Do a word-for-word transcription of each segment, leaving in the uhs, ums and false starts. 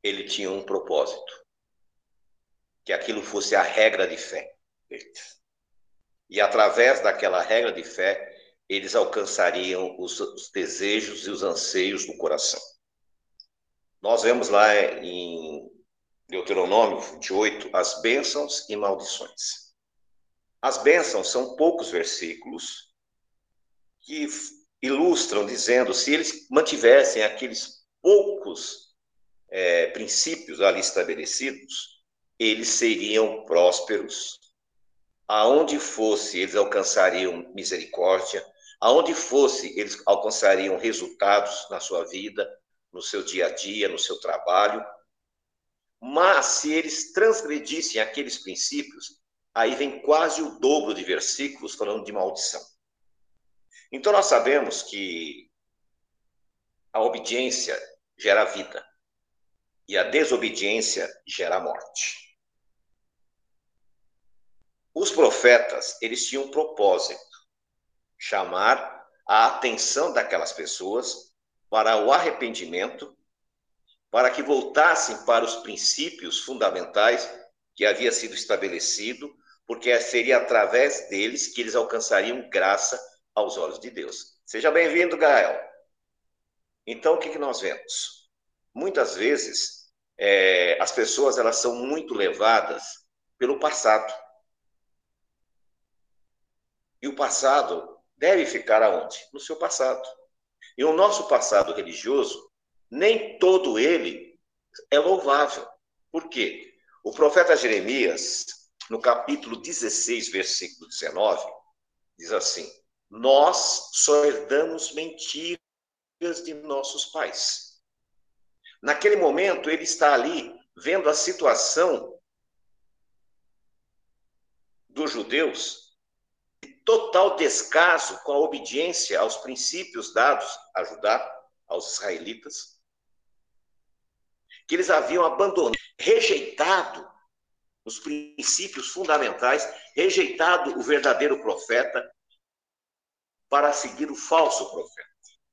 ele tinha um propósito, que aquilo fosse a regra de fé deles. E através daquela regra de fé, eles alcançariam os, os desejos e os anseios do coração. Nós vemos lá em Deuteronômio vinte e oito as bênçãos e maldições. As bênçãos são poucos versículos que ilustram dizendo se eles mantivessem aqueles poucos é, princípios ali estabelecidos, eles seriam prósperos. Aonde fosse, eles alcançariam misericórdia. Aonde fosse, eles alcançariam resultados na sua vida, no seu dia a dia, no seu trabalho. Mas se eles transgredissem aqueles princípios, aí vem quase o dobro de versículos falando de maldição. Então nós sabemos que a obediência gera vida e a desobediência gera morte. Os profetas, eles tinham um propósito, chamar a atenção daquelas pessoas para o arrependimento, para que voltassem para os princípios fundamentais que havia sido estabelecido, porque seria através deles que eles alcançariam graça aos olhos de Deus. Seja bem-vindo, Gael. Então, o que, que nós vemos? Muitas vezes, é, as pessoas elas são muito levadas pelo passado. E o passado deve ficar aonde? No seu passado. E o nosso passado religioso, nem todo ele é louvável. Por quê? O profeta Jeremias, no capítulo dezesseis, versículo dezenove, diz assim: nós só herdamos mentiras de nossos pais. Naquele momento, ele está ali vendo a situação dos judeus, total descaso com a obediência aos princípios dados a Judá, aos israelitas, que eles haviam abandonado, rejeitado os princípios fundamentais, rejeitado o verdadeiro profeta para seguir o falso profeta.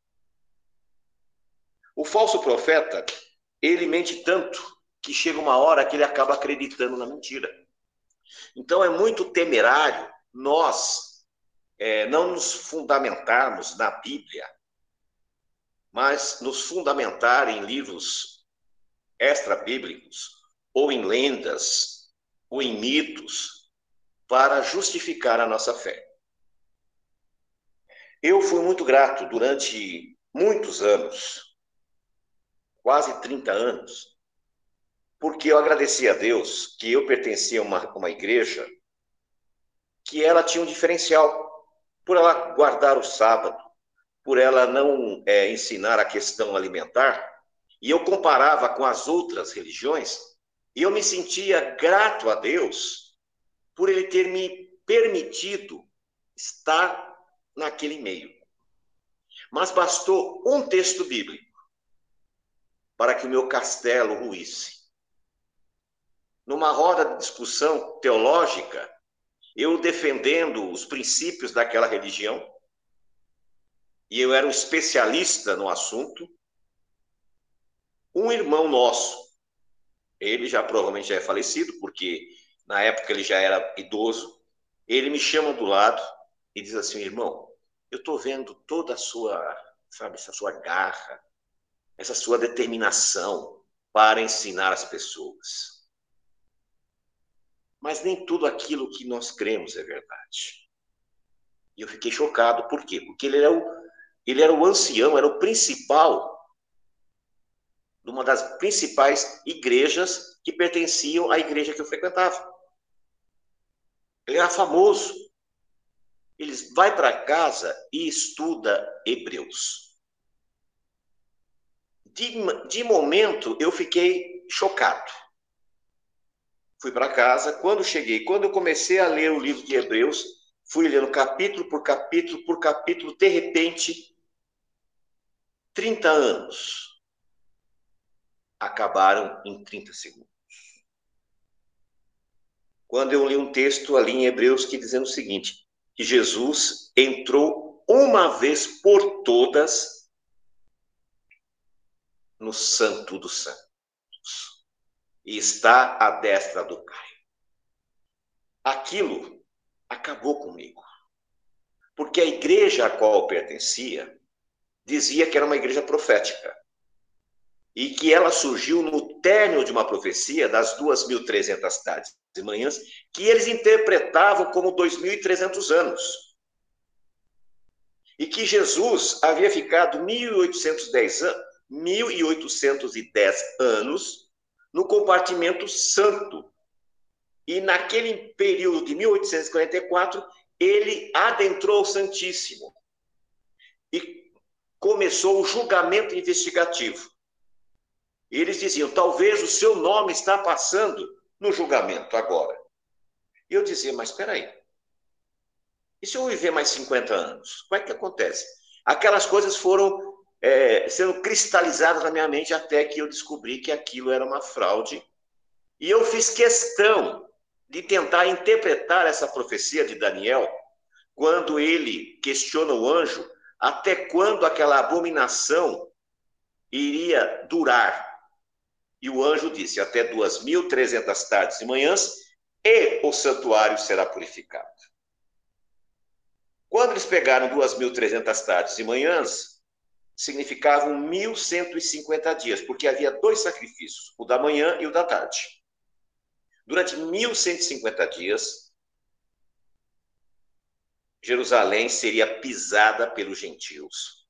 O falso profeta, ele mente tanto que chega uma hora que ele acaba acreditando na mentira. Então é muito temerário nós é, não nos fundamentarmos na Bíblia, mas nos fundamentar em livros extra-bíblicos, ou em lendas, ou em mitos, para justificar a nossa fé. Eu fui muito grato durante muitos anos, quase trinta anos, porque eu agradeci a Deus que eu pertencia a uma, uma igreja que ela tinha um diferencial, por ela guardar o sábado, por ela não é, ensinar a questão alimentar, e eu comparava com as outras religiões, e eu me sentia grato a Deus por ele ter me permitido estar naquele meio. Mas bastou um texto bíblico para que o meu castelo ruísse. Numa roda de discussão teológica, eu defendendo os princípios daquela religião, e eu era um especialista no assunto, um irmão nosso, ele já provavelmente já é falecido, porque na época ele já era idoso, ele me chama do lado e diz assim: irmão, eu estou vendo toda a sua, sabe, essa sua garra, essa sua determinação para ensinar as pessoas. Mas nem tudo aquilo que nós cremos é verdade. E eu fiquei chocado. Por quê? Porque ele era o, ele era o ancião, era o principal de uma das principais igrejas que pertenciam à igreja que eu frequentava. Ele era famoso. Ele vai para casa e estuda Hebreus. De, de momento, eu fiquei chocado. Fui para casa, quando cheguei, quando eu comecei a ler o livro de Hebreus, fui lendo capítulo por capítulo por capítulo, de repente, trinta anos acabaram em trinta segundos. Quando eu li um texto ali em Hebreus que dizendo o seguinte, que Jesus entrou uma vez por todas no Santo do Santo. céus e está à destra do Pai. Aquilo acabou comigo, porque a igreja a qual eu pertencia dizia que era uma igreja profética e que ela surgiu no término de uma profecia das duas mil e trezentas tardes e manhãs que eles interpretavam como dois mil e trezentos anos. E que Jesus havia ficado mil e oitocentos e dez anos, mil e oitocentos e dez anos no compartimento santo. E naquele período de mil oitocentos e quarenta e quatro, ele adentrou o Santíssimo e começou o julgamento investigativo. E eles diziam, talvez o seu nome está passando no julgamento agora. E eu dizia, mas espera aí, e se eu viver mais cinquenta anos? Como é que acontece? Aquelas coisas foram é, sendo cristalizadas na minha mente até que eu descobri que aquilo era uma fraude. E eu fiz questão de tentar interpretar essa profecia de Daniel, quando ele questiona o anjo até quando aquela abominação iria durar. E o anjo disse, até duas mil e trezentas tardes e manhãs, e o santuário será purificado. Quando eles pegaram duas mil e trezentas tardes e manhãs, significavam mil cento e cinquenta dias, porque havia dois sacrifícios, o da manhã e o da tarde. Durante mil cento e cinquenta dias, Jerusalém seria pisada pelos gentios.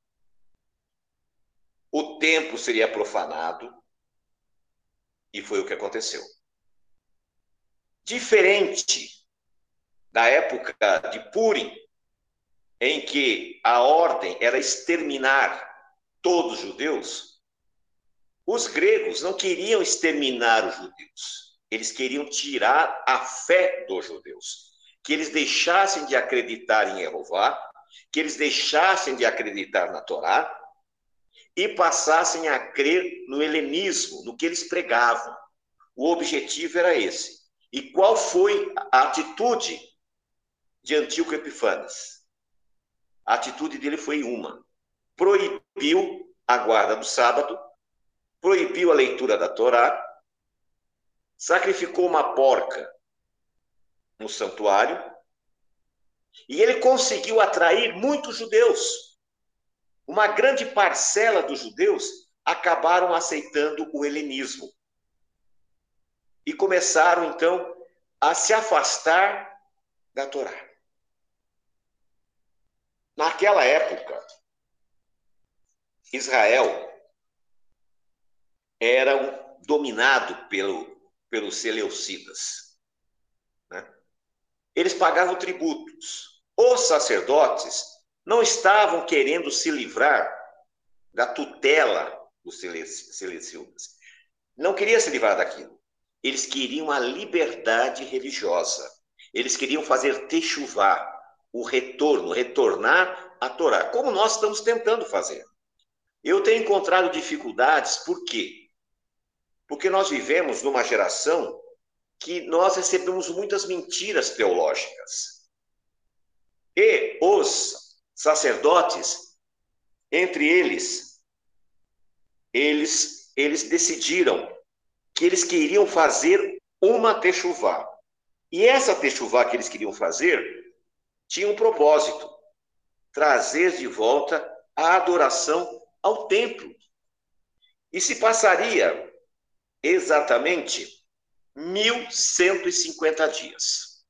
O templo seria profanado, e foi o que aconteceu. Diferente da época de Purim, em que a ordem era exterminar todos os judeus, os gregos não queriam exterminar os judeus. Eles queriam tirar a fé dos judeus. Que eles deixassem de acreditar em Jeová, que eles deixassem de acreditar na Torá e passassem a crer no helenismo, no que eles pregavam. O objetivo era esse. E qual foi a atitude de Antíoco Epifanes? A atitude dele foi uma. Proibiu a guarda do sábado, proibiu a leitura da Torá, sacrificou uma porca no santuário, e ele conseguiu atrair muitos judeus. Uma grande parcela dos judeus acabaram aceitando o helenismo. E começaram, então, a se afastar da Torá. Naquela época, Israel era dominado pelo, pelos seleucidas. Né? Eles pagavam tributos. Os sacerdotes não estavam querendo se livrar da tutela dos seleucidas. Não queriam se livrar daquilo. Eles queriam a liberdade religiosa. Eles queriam fazer techuvá, o retorno, retornar à Torá, como nós estamos tentando fazer. Eu tenho encontrado dificuldades, por quê? Porque nós vivemos numa geração que nós recebemos muitas mentiras teológicas. E os sacerdotes, entre eles, eles, eles decidiram que eles queriam fazer uma techuvá. E essa techuvá que eles queriam fazer tinha um propósito, trazer de volta a adoração ao templo. E se passaria exatamente mil cento e cinquenta dias.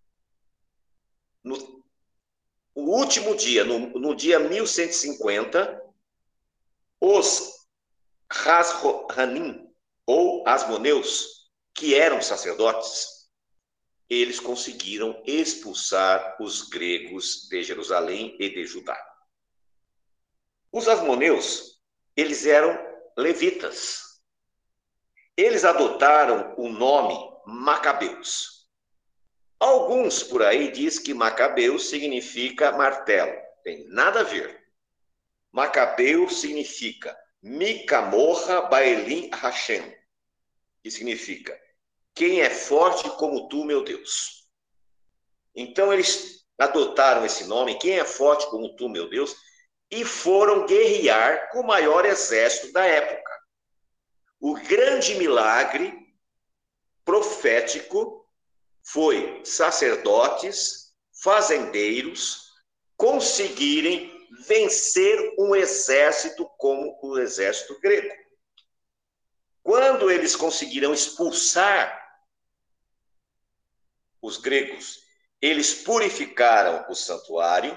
No o último dia, no, no dia mil cento e cinquenta, os Hasranim, ou Asmoneus, que eram sacerdotes, eles conseguiram expulsar os gregos de Jerusalém e de Judá. Os Asmoneus, eles eram levitas. Eles adotaram o nome Macabeus. Alguns por aí dizem que Macabeus significa martelo. Tem nada a ver. Macabeus significa Mikamorra Baelim Hashem, que significa quem é forte como tu, meu Deus. Então eles adotaram esse nome, quem é forte como tu, meu Deus, e foram guerrear com o maior exército da época. O grande milagre profético foi sacerdotes, fazendeiros conseguirem vencer um exército como o exército grego. Quando eles conseguiram expulsar os gregos, eles purificaram o santuário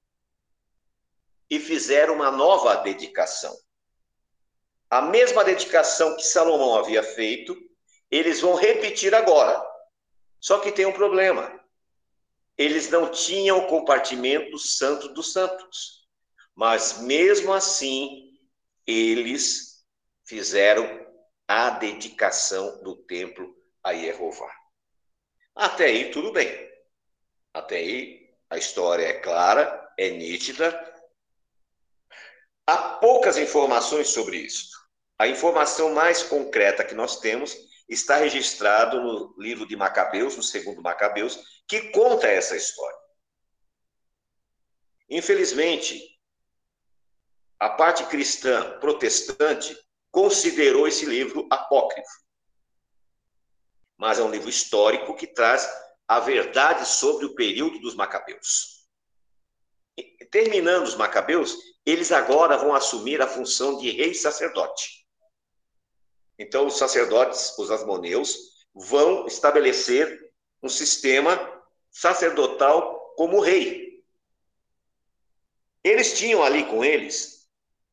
e fizeram uma nova dedicação. A mesma dedicação que Salomão havia feito, eles vão repetir agora. Só que tem um problema. Eles não tinham o compartimento santo dos santos. Mas mesmo assim, eles fizeram a dedicação do templo a Jeová. Até aí, tudo bem. Até aí, a história é clara, é nítida. Há poucas informações sobre isso. A informação mais concreta que nós temos está registrado no livro de Macabeus, no segundo Macabeus, que conta essa história. Infelizmente, a parte cristã protestante considerou esse livro apócrifo. Mas é um livro histórico que traz a verdade sobre o período dos Macabeus. E, terminando os Macabeus, eles agora vão assumir a função de rei sacerdote. Então, os sacerdotes, os asmoneus, vão estabelecer um sistema sacerdotal como rei. Eles tinham ali com eles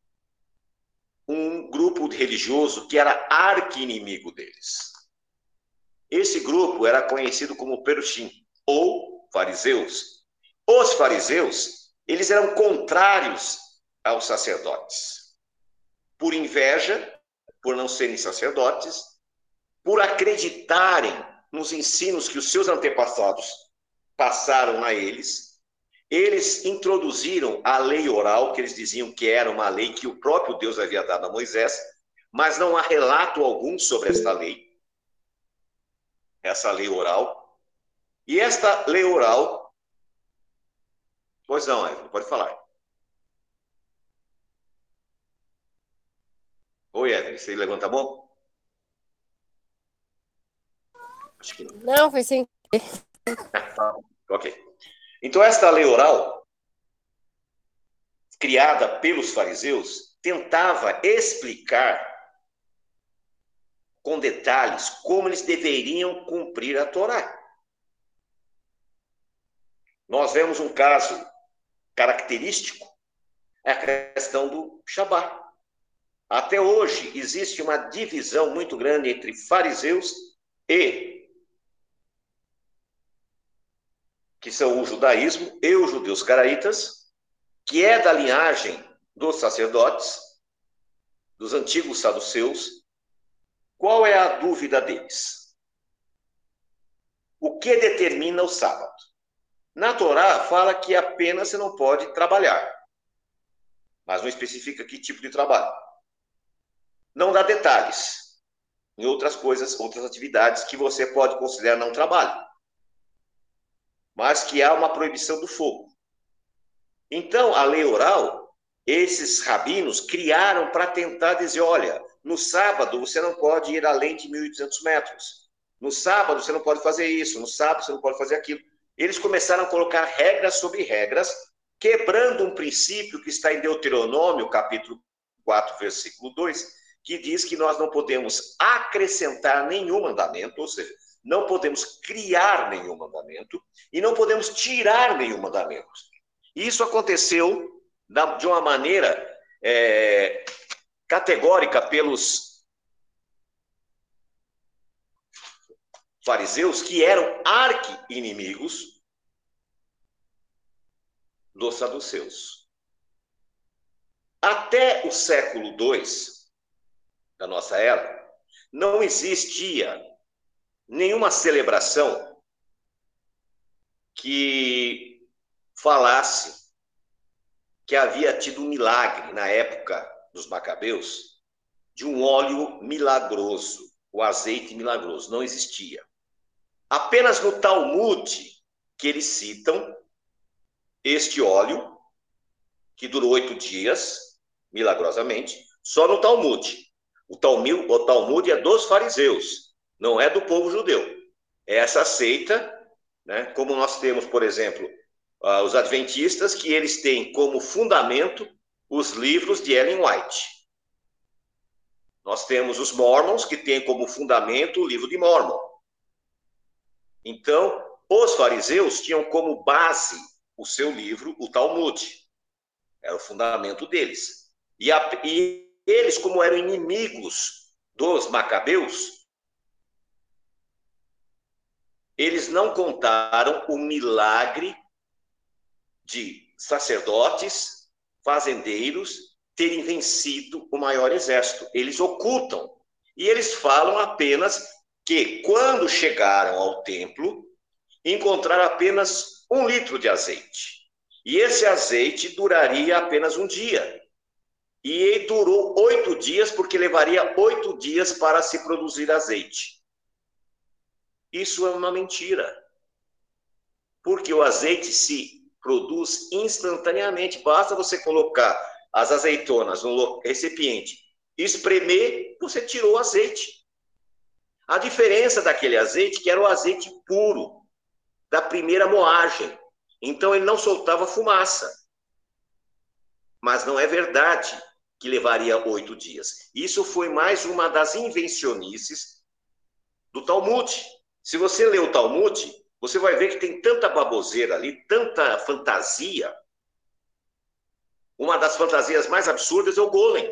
um grupo religioso que era arqui-inimigo deles. Esse grupo era conhecido como Perushim, ou fariseus. Os fariseus, eles eram contrários aos sacerdotes. Por inveja, por não serem sacerdotes, por acreditarem nos ensinos que os seus antepassados passaram a eles, eles introduziram a lei oral, que eles diziam que era uma lei que o próprio Deus havia dado a Moisés, mas não há relato algum sobre esta lei, essa lei oral. E esta lei oral... Pois não, Evelyn, pode falar. Oi, Evelyn, você levanta a mão? Acho que não. Não, foi sem. Ok. Então, esta lei oral, criada pelos fariseus, tentava explicar com detalhes como eles deveriam cumprir a Torá. Nós vemos um caso característico, é a questão do Shabat. Até hoje existe uma divisão muito grande entre fariseus e, que são o judaísmo, e os judeus caraítas, que é da linhagem dos sacerdotes, dos antigos saduceus. Qual é a dúvida deles? O que determina o sábado? Na Torá fala que apenas você não pode trabalhar, mas não especifica que tipo de trabalho. Não dá detalhes em outras coisas, outras atividades que você pode considerar não trabalho, mas que há uma proibição do fogo. Então, a lei oral, esses rabinos criaram para tentar dizer, olha, no sábado você não pode ir além de mil e duzentos metros. No sábado você não pode fazer isso, no sábado você não pode fazer aquilo. Eles começaram a colocar regras sobre regras, quebrando um princípio que está em Deuteronômio, capítulo quatro, versículo dois, que diz que nós não podemos acrescentar nenhum mandamento, ou seja, não podemos criar nenhum mandamento e não podemos tirar nenhum mandamento. Isso aconteceu de uma maneira é, categórica pelos fariseus, que eram arqui-inimigos dos saduceus. Até o século dois da nossa era, não existia nenhuma celebração que falasse que havia tido um milagre na época dos Macabeus de um óleo milagroso, o azeite milagroso. Não existia. Apenas no Talmud que eles citam este óleo, que durou oito dias, milagrosamente, só no Talmud. O Talmud, o Talmud é dos fariseus, não é do povo judeu. É essa seita, né? Como nós temos, por exemplo, uh, os adventistas, que eles têm como fundamento os livros de Ellen White. Nós temos os Mormons, que têm como fundamento o livro de Mormon. Então, os fariseus tinham como base o seu livro, o Talmud. Era o fundamento deles. E, a, e eles, como eram inimigos dos macabeus, eles não contaram o milagre de sacerdotes, fazendeiros, terem vencido o maior exército. Eles ocultam. E eles falam apenas que, quando chegaram ao templo, encontraram apenas um litro de azeite. E esse azeite duraria apenas um dia. E durou oito dias, porque levaria oito dias para se produzir azeite. Isso é uma mentira. Porque o azeite se produz instantaneamente. Basta você colocar as azeitonas no recipiente, espremer, você tirou o azeite. A diferença daquele azeite, que era o azeite puro, da primeira moagem. Então ele não soltava fumaça. Mas não é verdade que levaria oito dias. Isso foi mais uma das invencionices do Talmud. Se você lê o Talmud, você vai ver que tem tanta baboseira ali, tanta fantasia. Uma das fantasias mais absurdas é o golem.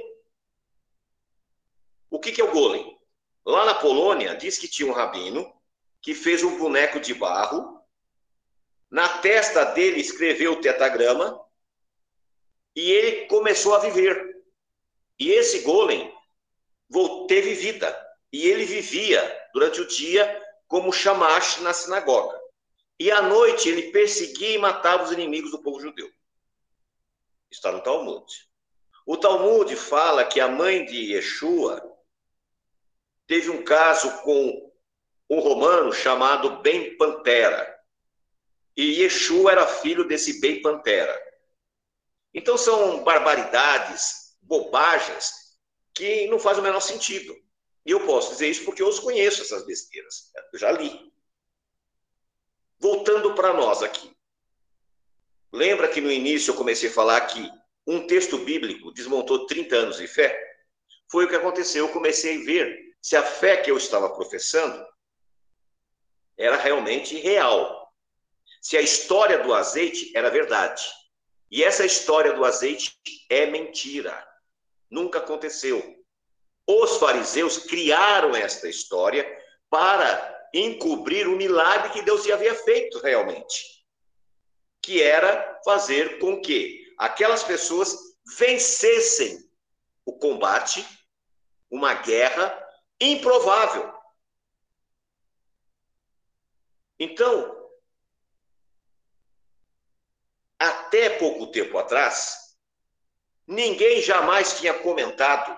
O que, que é o golem? Lá na Polônia, diz que tinha um rabino que fez um boneco de barro. Na testa dele escreveu o tetragrama e ele começou a viver. E esse golem teve vida. E ele vivia durante o dia como shamash na sinagoga. E à noite ele perseguia e matava os inimigos do povo judeu. Está no Talmud. O Talmud fala que a mãe de Yeshua teve um caso com um romano chamado Ben Pantera. E Yeshua era filho desse Ben Pantera. Então são barbaridades, bobagens, que não fazem o menor sentido. E eu posso dizer isso porque eu os conheço, essas besteiras. Eu já li. Voltando para nós aqui. Lembra que no início eu comecei a falar que um texto bíblico desmontou trinta anos de fé? Foi o que aconteceu. Eu comecei a ver se a fé que eu estava professando era realmente real. Se a história do azeite era verdade. E essa história do azeite é mentira. Nunca aconteceu. Os fariseus criaram esta história para encobrir o milagre que Deus havia feito realmente. Que era fazer com que aquelas pessoas vencessem o combate, uma guerra improvável. Então, até pouco tempo atrás, ninguém jamais tinha comentado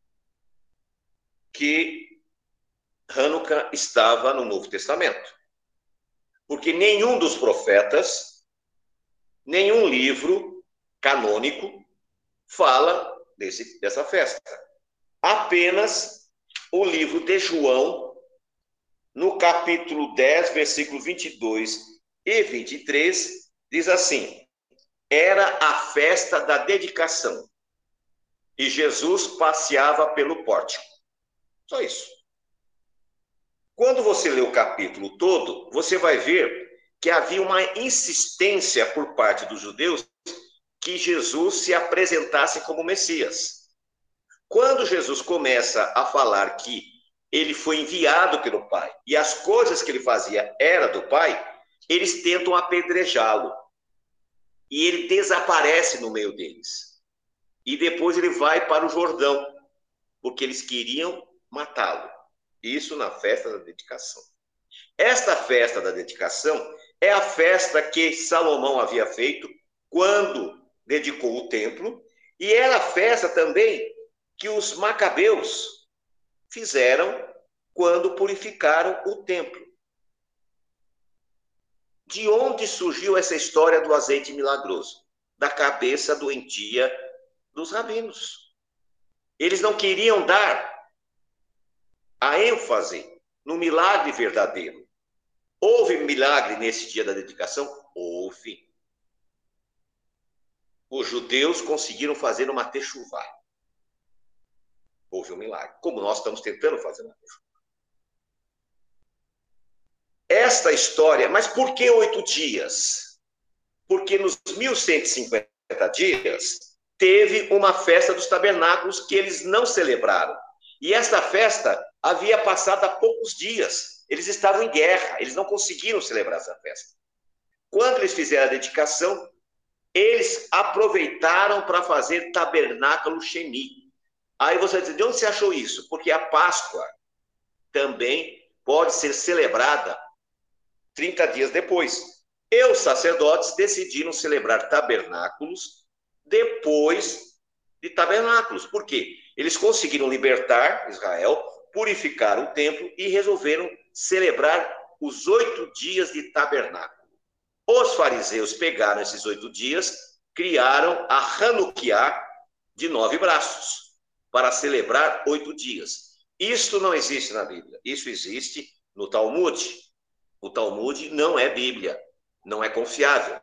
que Hanukkah estava no Novo Testamento. Porque nenhum dos profetas, nenhum livro canônico fala desse, dessa festa. Apenas o livro de João, no capítulo dez, versículos vinte e dois e vinte e três, diz assim: era a festa da dedicação, e Jesus passeava pelo pórtico. Só isso. Quando você lê o capítulo todo, você vai ver que havia uma insistência por parte dos judeus que Jesus se apresentasse como Messias. Quando Jesus começa a falar que ele foi enviado pelo Pai e as coisas que ele fazia era do Pai, eles tentam apedrejá-lo. E ele desaparece no meio deles. E depois ele vai para o Jordão, porque eles queriam matá-lo. Isso na festa da dedicação. Esta festa da dedicação é a festa que Salomão havia feito quando dedicou o templo, e era a festa também que os macabeus fizeram quando purificaram o templo. De onde surgiu essa história do azeite milagroso? Da cabeça doentia dos rabinos. Eles não queriam dar a ênfase no milagre verdadeiro. Houve milagre nesse dia da dedicação? Houve. Os judeus conseguiram fazer uma techuvá. Houve um milagre, como nós estamos tentando fazer uma techuvá. Esta história, mas por que oito dias? Porque nos mil cento e cinquenta dias teve uma festa dos tabernáculos que eles não celebraram. E esta festa havia passado há poucos dias. Eles estavam em guerra, eles não conseguiram celebrar essa festa. Quando eles fizeram a dedicação, eles aproveitaram para fazer tabernáculo Sheni. Aí você vai dizer, de onde você achou isso? Porque a Páscoa também pode ser celebrada trinta dias depois. E os sacerdotes decidiram celebrar tabernáculos depois de tabernáculos. Por quê? Eles conseguiram libertar Israel, purificar o templo e resolveram celebrar os oito dias de tabernáculo. Os fariseus pegaram esses oito dias, criaram a Hanukkah de nove braços, para celebrar oito dias. Isto não existe na Bíblia, isso existe no Talmud. O Talmud não é Bíblia, não é confiável.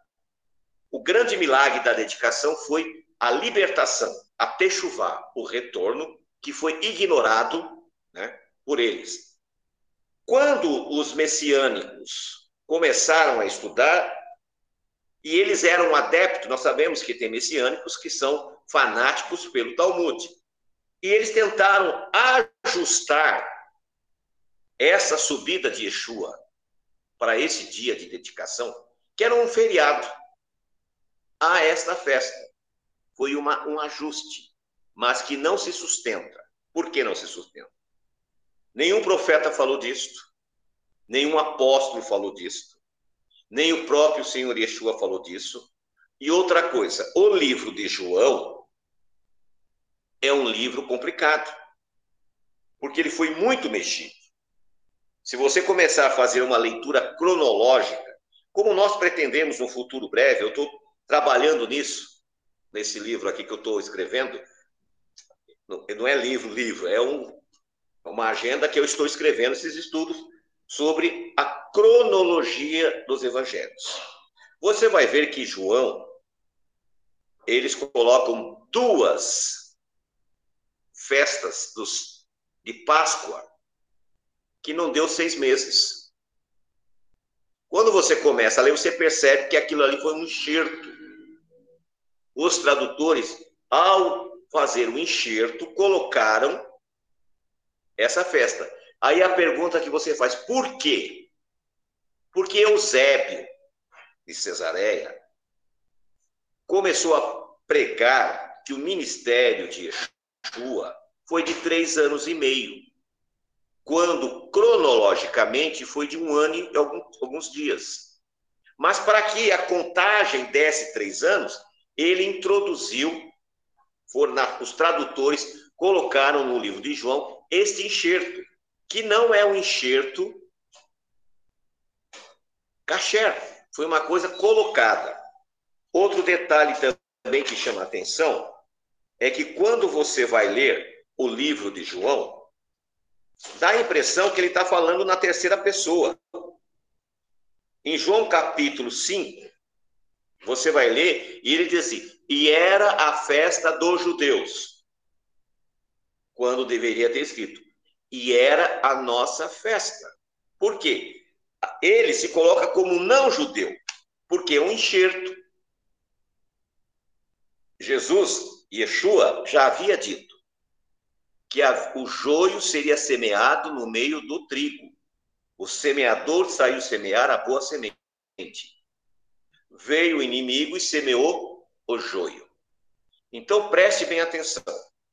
O grande milagre da dedicação foi a libertação, a techuvá, o retorno, que foi ignorado, né, por eles. Quando os messiânicos começaram a estudar, e eles eram adeptos, nós sabemos que tem messiânicos que são fanáticos pelo Talmud, e eles tentaram ajustar essa subida de Yeshua para esse dia de dedicação, que era um feriado, a esta festa. Foi uma, um ajuste, mas que não se sustenta. Por que não se sustenta? Nenhum profeta falou disto, nenhum apóstolo falou disto, nem o próprio Senhor Yeshua falou disso. E outra coisa, o livro de João é um livro complicado, porque ele foi muito mexido. Se você começar a fazer uma leitura cronológica, como nós pretendemos no futuro breve, eu estou trabalhando nisso, nesse livro aqui que eu estou escrevendo, não é livro, livro, é um, uma agenda que eu estou escrevendo, esses estudos sobre a cronologia dos evangelhos. Você vai ver que João, eles colocam duas festas dos, de Páscoa que não deu seis meses. Quando você começa a ler, você percebe que aquilo ali foi um enxerto. Os tradutores, ao fazer o enxerto, colocaram essa festa. Aí a pergunta que você faz, por quê? Porque Eusébio de Cesareia começou a pregar que o ministério de Yeshua foi de três anos e meio, quando cronologicamente foi de um ano e alguns, alguns dias. Mas para que a contagem desse três anos, ele introduziu, foram na, os tradutores colocaram no livro de João este enxerto, que não é um enxerto kasher, foi uma coisa colocada. Outro detalhe também que chama a atenção é que quando você vai ler o livro de João, dá a impressão que ele está falando na terceira pessoa. Em João capítulo cinco, você vai ler e ele diz assim, e era a festa dos judeus, quando deveria ter escrito, e era a nossa festa. Por quê? Ele se coloca como não judeu, porque é um enxerto. Jesus, Yeshua, já havia dito que a, o joio seria semeado no meio do trigo. O semeador saiu semear a boa semente. Veio o inimigo e semeou o joio. Então, preste bem atenção.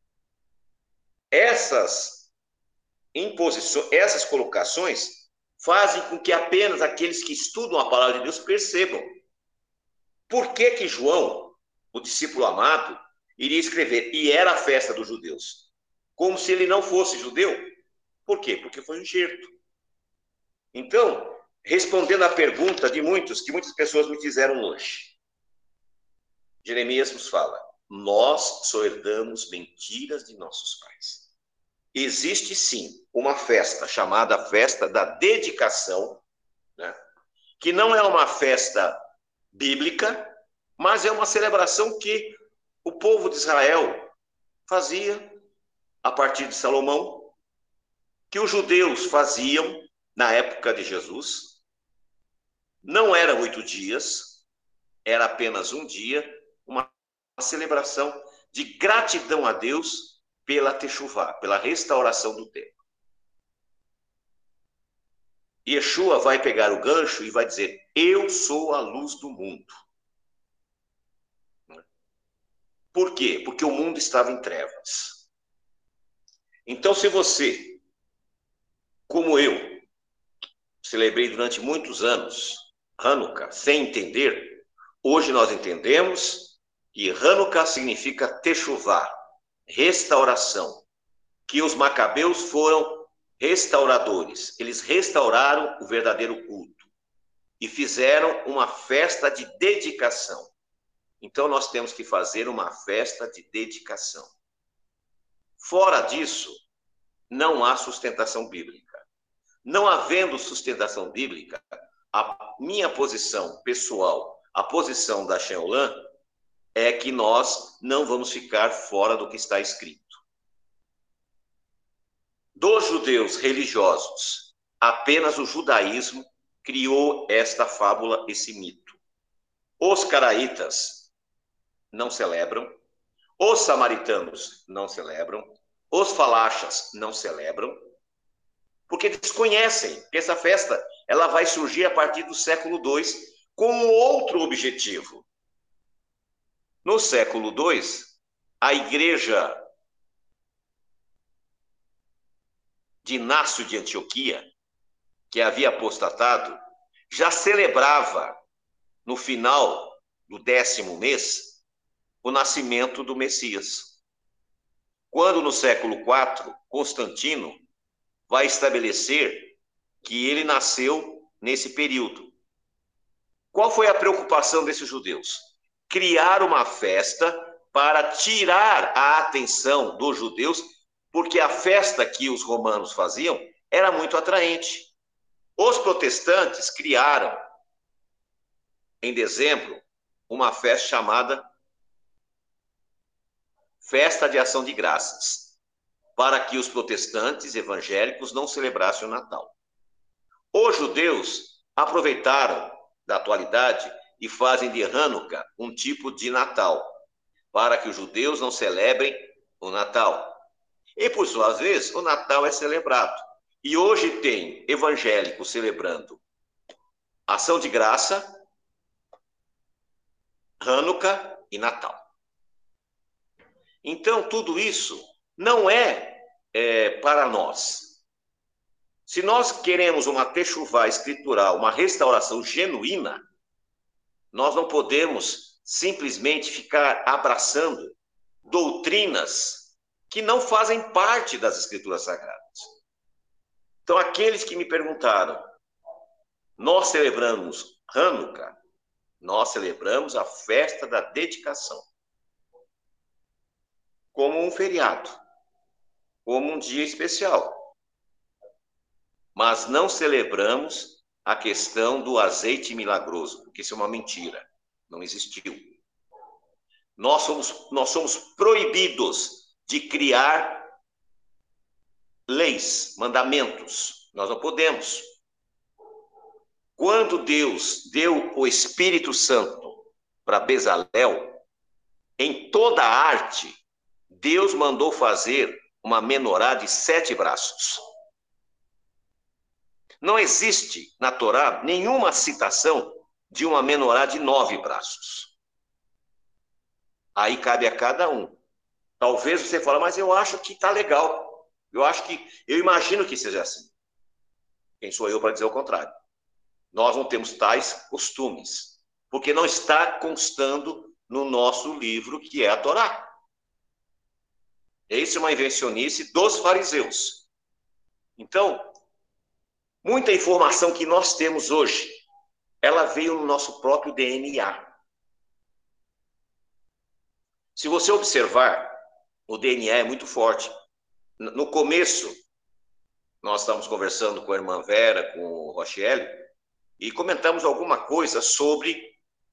Essas imposições, essas colocações fazem com que apenas aqueles que estudam a palavra de Deus percebam por que que João, o discípulo amado, iria escrever, e era a festa dos judeus, como se ele não fosse judeu. Por quê? Porque foi um enxerto. Então, respondendo à pergunta de muitos, que muitas pessoas me fizeram hoje, Jeremias nos fala, nós só herdamos mentiras de nossos pais. existe sim uma festa chamada festa da dedicação, né? Que não é uma festa bíblica, mas é uma celebração que o povo de Israel fazia a partir de Salomão, que os judeus faziam na época de Jesus. Não era oito dias, era apenas um dia, uma celebração de gratidão a Deus pela Techuvá, pela restauração do templo. Yeshua vai pegar o gancho e vai dizer: eu sou a luz do mundo. Por quê? Porque o mundo estava em trevas. Então, se você, como eu, celebrei durante muitos anos Hanukkah sem entender, hoje nós entendemos que Hanukkah significa Techuvá, restauração, que os macabeus foram restauradores. Eles restauraram o verdadeiro culto e fizeram uma festa de dedicação. Então, nós temos que fazer uma festa de dedicação. Fora disso, não há sustentação bíblica. Não havendo sustentação bíblica, a minha posição pessoal, a posição da Sheolan, é que nós não vamos ficar fora do que está escrito. Dos judeus religiosos, apenas o judaísmo criou esta fábula, esse mito. Os caraítas não celebram, os samaritanos não celebram, os falachas não celebram, porque desconhecem que essa festa ela vai surgir a partir do século dois com outro objetivo. No século dois, a igreja de Inácio de Antioquia, que havia apostatado, já celebrava, no final do décimo mês, o nascimento do Messias. Quando, no século quatro, Constantino vai estabelecer que ele nasceu nesse período. Qual foi a preocupação desses judeus? Criar uma festa para tirar a atenção dos judeus, porque a festa que os romanos faziam era muito atraente. Os protestantes criaram, em dezembro, uma festa chamada Festa de Ação de Graças, para que os protestantes evangélicos não celebrassem o Natal. Os judeus aproveitaram da atualidade e fazem de Hanukkah um tipo de Natal, para que os judeus não celebrem o Natal. E, por sua vez, o Natal é celebrado. E hoje tem evangélicos celebrando Ação de Graça, Hanukkah e Natal. Então, tudo isso não é, é para nós. Se nós queremos uma techuvá escritural, uma restauração genuína, nós não podemos simplesmente ficar abraçando doutrinas que não fazem parte das Escrituras Sagradas. Então, aqueles que me perguntaram, nós celebramos Hanukkah, nós celebramos a festa da dedicação, como um feriado, como um dia especial. Mas não celebramos a questão do azeite milagroso, porque isso é uma mentira, não existiu. Nós somos, nós somos proibidos de criar leis, mandamentos. Nós não podemos. Quando Deus deu o Espírito Santo para Bezalel, em toda a arte, Deus mandou fazer uma menorá de sete braços. Não existe na Torá nenhuma citação de uma menorá de nove braços. Aí cabe a cada um. Talvez você fale, mas eu acho que está legal. Eu acho que, eu imagino que seja assim. Quem sou eu para dizer o contrário? Nós não temos tais costumes, porque não está constando no nosso livro, que é a Torá. Essa é uma invencionice dos fariseus. Então, muita informação que nós temos hoje, ela veio no nosso próprio D N A. Se você observar, o D N A é muito forte. no começo, nós estávamos conversando com a irmã Vera, com o Rochelle, e comentamos alguma coisa sobre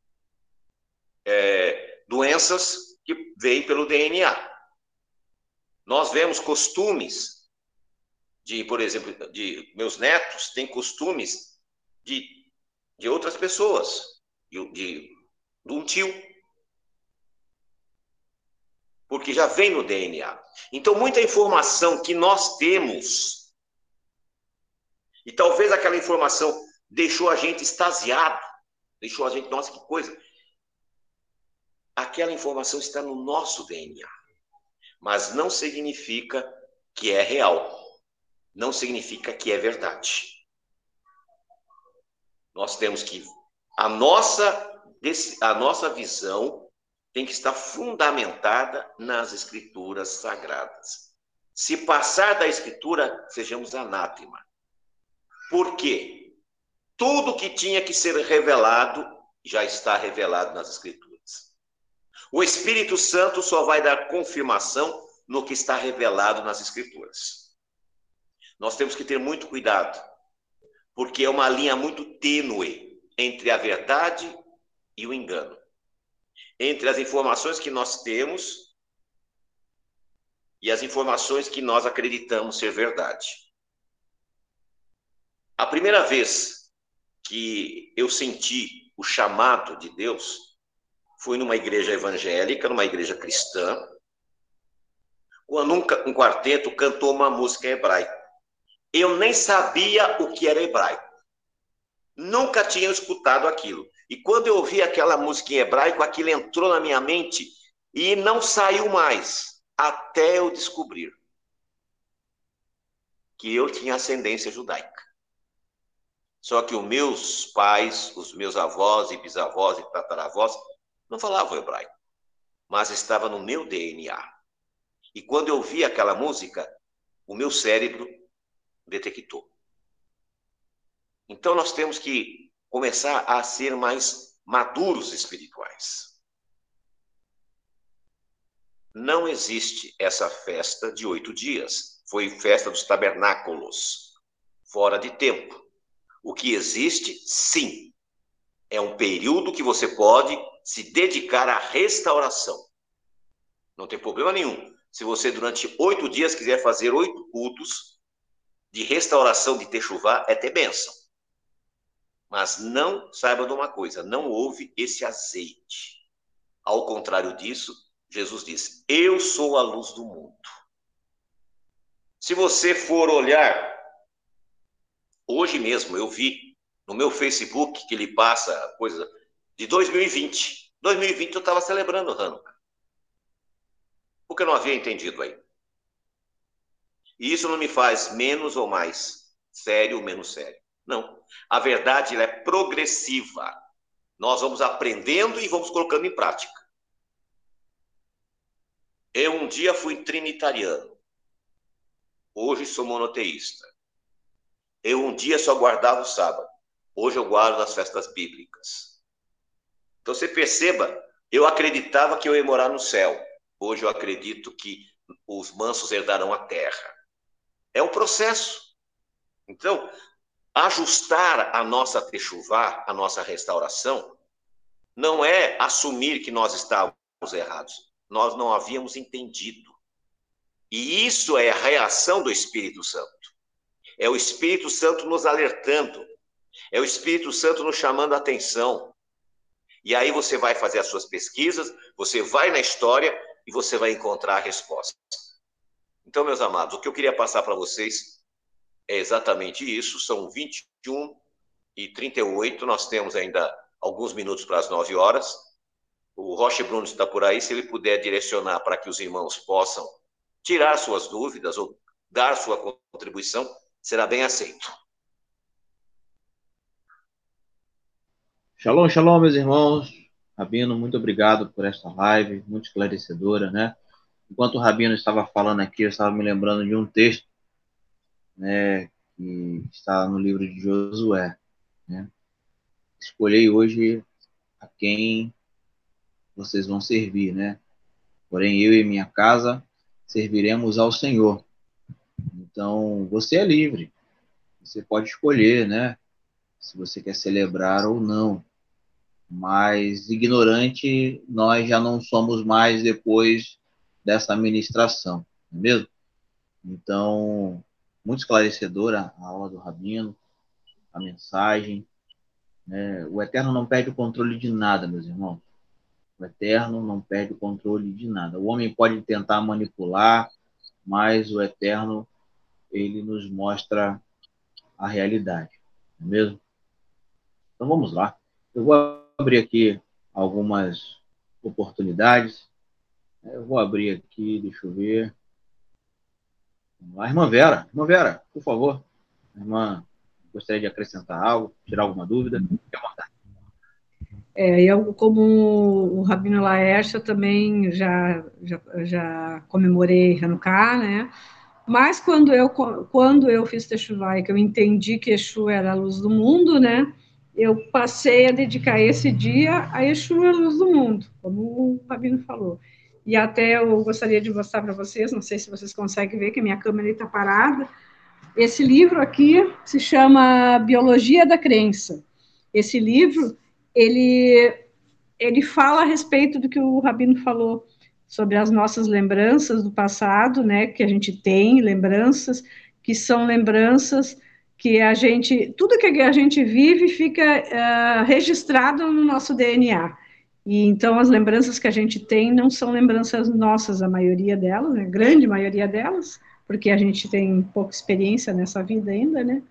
é, doenças que vêm pelo D N A. Nós vemos costumes de, por exemplo, de meus netos têm costumes de, de outras pessoas, de, de, de um tio, porque já vem no D N A. Então, muita informação que nós temos, e talvez aquela informação deixou a gente extasiado, deixou a gente, nossa, que coisa. Aquela informação está no nosso D N A, mas não significa que é real, não significa que é verdade. Nós temos que, a nossa, a nossa visão tem que estar fundamentada nas escrituras sagradas. Se passar da escritura, sejamos anátema. Por quê? Tudo que tinha que ser revelado já está revelado nas escrituras. O Espírito Santo só vai dar confirmação no que está revelado nas escrituras. Nós temos que ter muito cuidado, porque é uma linha muito tênue entre a verdade e o engano. Entre as informações que nós temos e as informações que nós acreditamos ser verdade. A primeira vez que eu senti o chamado de Deus foi numa igreja evangélica, numa igreja cristã, quando um quarteto cantou uma música em hebraico. Eu nem sabia o que era hebraico. Nunca tinha escutado aquilo. E quando eu ouvi aquela música em hebraico, aquilo entrou na minha mente e não saiu mais, até eu descobrir que eu tinha ascendência judaica. Só que os meus pais, os meus avós e bisavós e tataravós não falavam hebraico, mas estava no meu D N A. E quando eu vi aquela música, o meu cérebro detectou. Então nós temos que começar a ser mais maduros espirituais. Não existe essa festa de oito dias. Foi festa dos tabernáculos, fora de tempo. O que existe, sim, é um período que você pode se dedicar à restauração. Não tem problema nenhum. Se você, durante oito dias, quiser fazer oito cultos de restauração de Techuvá, é ter bênção. Mas não, saiba de uma coisa, não houve esse azeite. Ao contrário disso, Jesus disse, eu sou a luz do mundo. Se você for olhar, hoje mesmo eu vi no meu Facebook que ele passa coisa de dois mil e vinte. dois mil e vinte eu estava celebrando o Hanukkah. Porque eu não havia entendido aí. E isso não me faz menos ou mais sério ou menos sério. Não. A verdade ela é progressiva. Nós vamos aprendendo e vamos colocando em prática. Eu um dia fui trinitariano. Hoje sou monoteísta. Eu um dia só guardava o sábado. Hoje eu guardo as festas bíblicas. Então você perceba, eu acreditava que eu ia morar no céu. Hoje eu acredito que os mansos herdarão a terra. É um processo. Então, ajustar a nossa techuvá, a nossa restauração, não é assumir que nós estávamos errados. Nós não havíamos entendido. E isso é a reação do Espírito Santo. É o Espírito Santo nos alertando. É o Espírito Santo nos chamando a atenção. E aí você vai fazer as suas pesquisas, você vai na história e você vai encontrar a resposta. Então, meus amados, o que eu queria passar para vocês é exatamente isso. São vinte e um e trinta e oito, nós temos ainda alguns minutos para as nove horas. O Roche Bruno está por aí, se ele puder direcionar para que os irmãos possam tirar suas dúvidas ou dar sua contribuição, será bem aceito. Shalom, shalom, meus irmãos. Rabino, muito obrigado por esta live, muito esclarecedora, né? Enquanto o Rabino estava falando aqui, eu estava me lembrando de um texto, né, que está no livro de Josué, né? Escolhei hoje a quem vocês vão servir, né? Porém, eu e minha casa serviremos ao Senhor. Então, você é livre. Você pode escolher, né? Se você quer celebrar ou não. Mas ignorante nós já não somos mais depois dessa ministração, não é mesmo? Então, muito esclarecedora a aula do Rabino, a mensagem. Né? O Eterno não perde o controle de nada, meus irmãos. O Eterno não perde o controle de nada. O homem pode tentar manipular, mas o Eterno, ele nos mostra a realidade, não é mesmo? Então vamos lá. Eu vou abrir aqui algumas oportunidades. Eu vou abrir aqui, deixa eu ver. Vamos lá, irmã Vera. Irmã Vera, por favor. Irmã, gostaria de acrescentar algo, tirar alguma dúvida? Fique à vontade. É, eu, como o Rabino Laércio, também já, já, já comemorei Hanukkah, né? Mas quando eu, quando eu fiz Teshuvah, que eu entendi que Yeshua era a luz do mundo, né? Eu passei a dedicar esse dia a Yeshua, a luz do mundo, como o Rabino falou. E até eu gostaria de mostrar para vocês, não sei se vocês conseguem ver, que a minha câmera está parada. Esse livro aqui se chama Biologia da Crença. Esse livro, ele, ele fala a respeito do que o Rabino falou, sobre as nossas lembranças do passado, né, que a gente tem, lembranças, que são lembranças que a gente, tudo que a gente vive fica uh, registrado no nosso D N A. E então as lembranças que a gente tem não são lembranças nossas, a maioria delas, né, a grande maioria delas, porque a gente tem pouca experiência nessa vida ainda, né?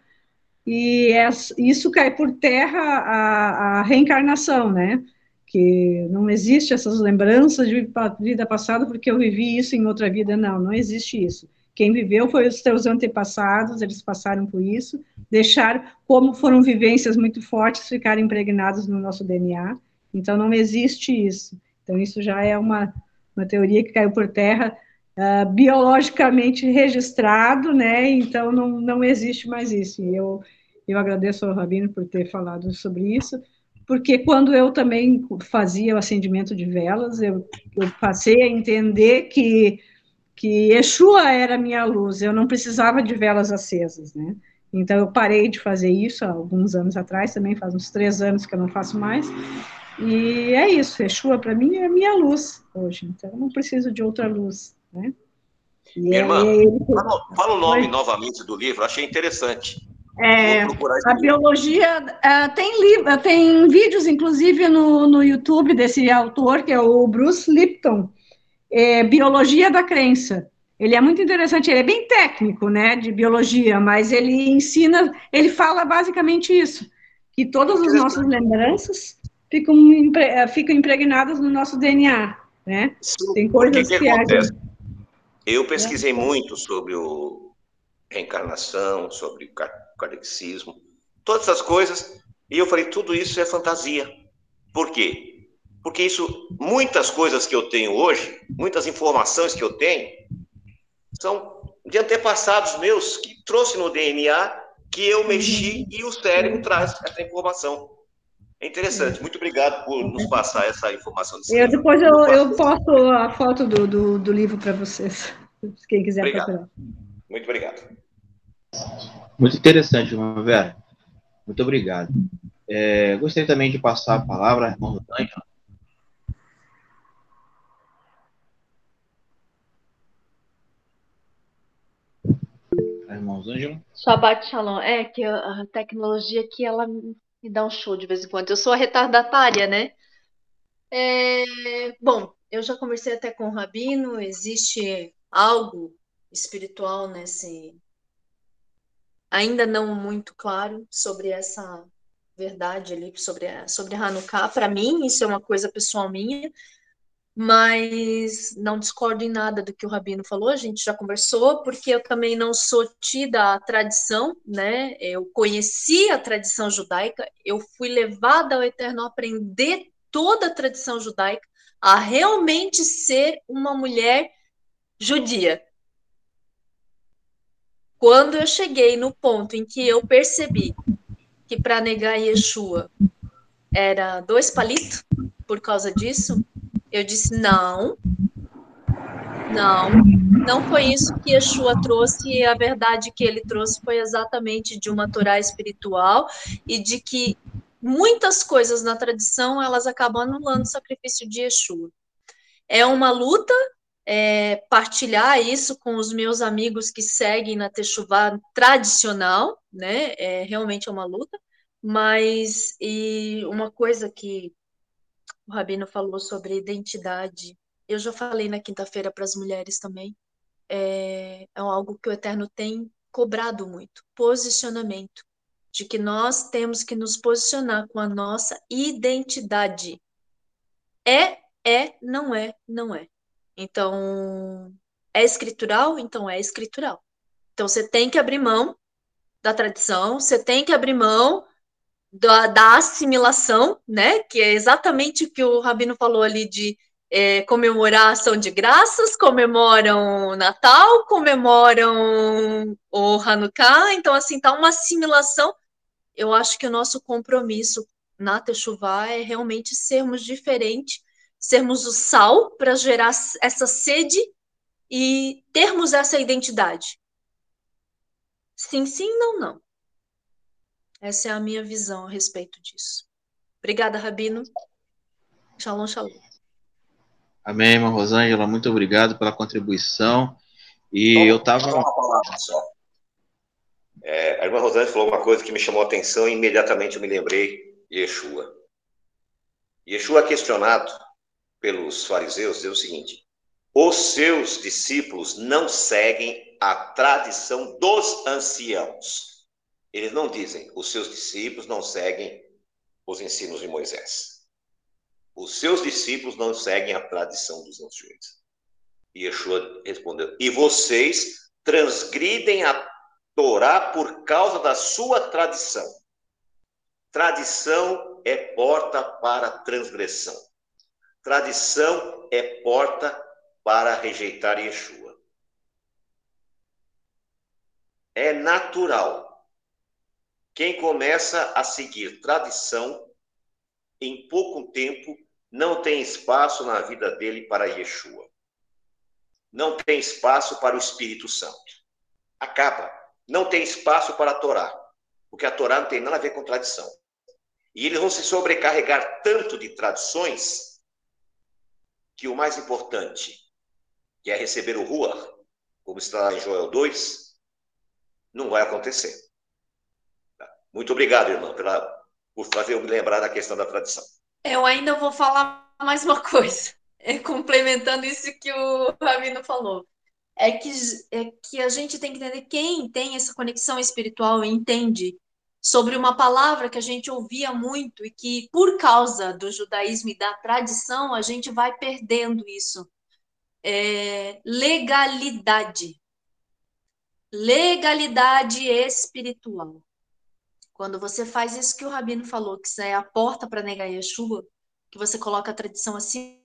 E é, isso cai por terra a, a reencarnação, né? Que não existe essas lembranças de vida passada porque eu vivi isso em outra vida. Não, não existe isso. Quem viveu foi os teus antepassados, eles passaram por isso, deixaram, como foram vivências muito fortes, ficaram impregnados no nosso D N A. Então, não existe isso. Então, isso já é uma, uma teoria que caiu por terra, uh, biologicamente registrado, né? Então, não, não existe mais isso. E eu, eu agradeço ao Rabino por ter falado sobre isso, porque quando eu também fazia o acendimento de velas, eu, eu passei a entender que, que Yeshua era a minha luz, eu não precisava de velas acesas, né? Então, eu parei de fazer isso há alguns anos atrás, também faz uns três anos que eu não faço mais, e é isso, Yeshua para mim é a minha luz hoje, então eu não preciso de outra luz, né? E Minha é, irmã, é ele... fala, fala o nome Oi? novamente do livro, achei interessante. É, a biologia uh, tem livro, tem vídeos, inclusive, no, no YouTube desse autor, que é o Bruce Lipton, é, Biologia da Crença. Ele é muito interessante, ele é bem técnico, né, de biologia, mas ele ensina, ele fala basicamente isso, que todas as nossas lembranças ficam, ficam impregnadas no nosso D N A, né? Sim, tem coisas que, que, que acontece? A gente... Eu pesquisei é. muito sobre o reencarnação, sobre o kardecismo, todas essas coisas, e eu falei, tudo isso é fantasia. Por quê? Porque isso, muitas coisas que eu tenho hoje, muitas informações que eu tenho, são de antepassados meus que trouxe no D N A, que eu mexi uhum. e o cérebro uhum. traz essa informação. É interessante. Muito obrigado por nos passar essa informação. Eu, depois eu, eu posto a foto do, do, do livro para vocês, quem quiser obrigado. procurar. Muito obrigado. Muito interessante, irmã Vera. Muito obrigado. É, gostaria também de passar a palavra, irmão Ângelo. Irmãos Ângelo. Shabbat Shalom. É que a tecnologia aqui, ela me dá um show de vez em quando. Eu sou a retardatária, né? É, bom, eu já conversei até com o Rabino, existe algo espiritual nesse... Ainda não muito claro sobre essa verdade ali, sobre, a, sobre Hanukkah. Para mim, isso é uma coisa pessoal minha, mas não discordo em nada do que o Rabino falou, a gente já conversou, porque eu também não sou tida à tradição, né? Eu conheci a tradição judaica, eu fui levada ao Eterno a aprender toda a tradição judaica, a realmente ser uma mulher judia. Quando eu cheguei no ponto em que eu percebi que para negar Yeshua era dois palitos, por causa disso, eu disse, não, Não, não foi isso que Yeshua trouxe, e a verdade que ele trouxe foi exatamente de uma Torá espiritual e de que muitas coisas na tradição elas acabam anulando o sacrifício de Yeshua. É uma luta, é, partilhar isso com os meus amigos que seguem na Teshuvá tradicional, né? É realmente uma luta, mas e uma coisa que o Rabino falou sobre identidade, eu já falei na quinta-feira para as mulheres também, é, é algo que o Eterno tem cobrado muito, posicionamento, de que nós temos que nos posicionar com a nossa identidade. É, é, não é, não é. Então, é escritural? Então é escritural. Então você tem que abrir mão da tradição, você tem que abrir mão da, da assimilação, né? Que é exatamente o que o Rabino falou ali de é, comemorar a ação de graças, comemoram o Natal, comemoram o Hanukkah, então assim, tá uma assimilação. Eu acho que o nosso compromisso na Teshuvá é realmente sermos diferentes, sermos o sal para gerar essa sede e termos essa identidade. Sim, sim, não, não. Essa é a minha visão a respeito disso. Obrigada, Rabino. Shalom, shalom. Amém, irmã Rosângela, muito obrigado pela contribuição. E eu estava. É, a irmã Rosângela falou uma coisa que me chamou a atenção e imediatamente eu me lembrei de Yeshua. Yeshua é questionado pelos fariseus, diz o seguinte: os seus discípulos não seguem a tradição dos anciãos. Eles não dizem, os seus discípulos não seguem os ensinos de Moisés. Os seus discípulos não seguem a tradição dos anciões. E Yeshua respondeu, e vocês transgridem a Torá por causa da sua tradição. Tradição é porta para transgressão. Tradição é porta para rejeitar Yeshua. É natural. Quem começa a seguir tradição, em pouco tempo, não tem espaço na vida dele para Yeshua. Não tem espaço para o Espírito Santo. Acaba. Não tem espaço para a Torá. Porque a Torá não tem nada a ver com tradição. E eles vão se sobrecarregar tanto de tradições que o mais importante, que é receber o Ruach, como está lá em Joel dois, não vai acontecer. Muito obrigado, irmã, pela, por fazer eu me lembrar da questão da tradição. Eu ainda vou falar mais uma coisa, é, complementando isso que o Rabino falou. É que, é que a gente tem que entender quem tem essa conexão espiritual e entende sobre uma palavra que a gente ouvia muito e que, por causa do judaísmo e da tradição, a gente vai perdendo isso. É, legalidade. Legalidade espiritual. Quando você faz isso que o Rabino falou, que isso é a porta para negar Yeshua, que você coloca a tradição assim,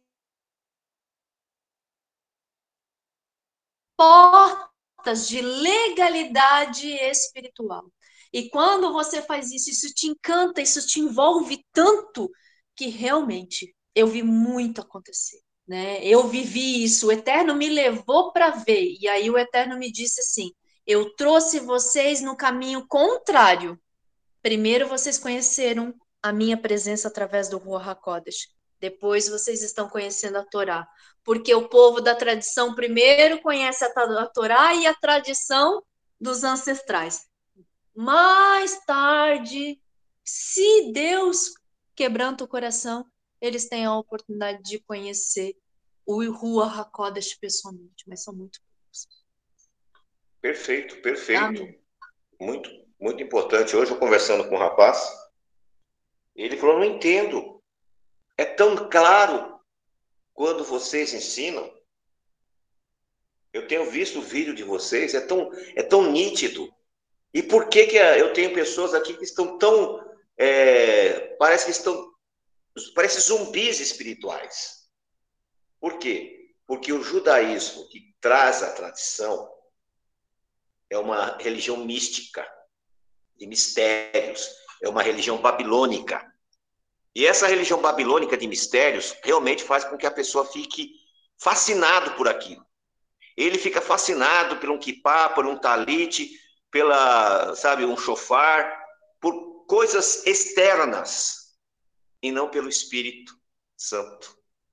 portas de legalidade espiritual. E quando você faz isso, isso te encanta, isso te envolve tanto que realmente eu vi muito acontecer, né? Eu vivi isso, o Eterno me levou para ver, e aí o Eterno me disse assim: eu trouxe vocês no caminho contrário. Primeiro vocês conheceram a minha presença através do Ruach HaKodesh. Depois vocês estão conhecendo a Torá. Porque o povo da tradição primeiro conhece a Torá e a tradição dos ancestrais. Mais tarde, se Deus quebranta o coração, eles têm a oportunidade de conhecer o Ruach HaKodesh pessoalmente, mas são muito poucos. Perfeito, perfeito. Amém. Muito, muito importante. Hoje eu conversando com um rapaz, ele falou, não entendo. É tão claro quando vocês ensinam. Eu tenho visto o vídeo de vocês, é tão, é tão nítido. E por que que eu tenho pessoas aqui que estão tão... É, parece que estão... Parece zumbis espirituais. Por quê? Porque o judaísmo que traz a tradição é uma religião mística, de mistérios. É uma religião babilônica. E essa religião babilônica de mistérios realmente faz com que a pessoa fique fascinado por aquilo. Ele fica fascinado por um kippá, por um talite, pela, sabe, um shofar, por coisas externas e não pelo Espírito Santo.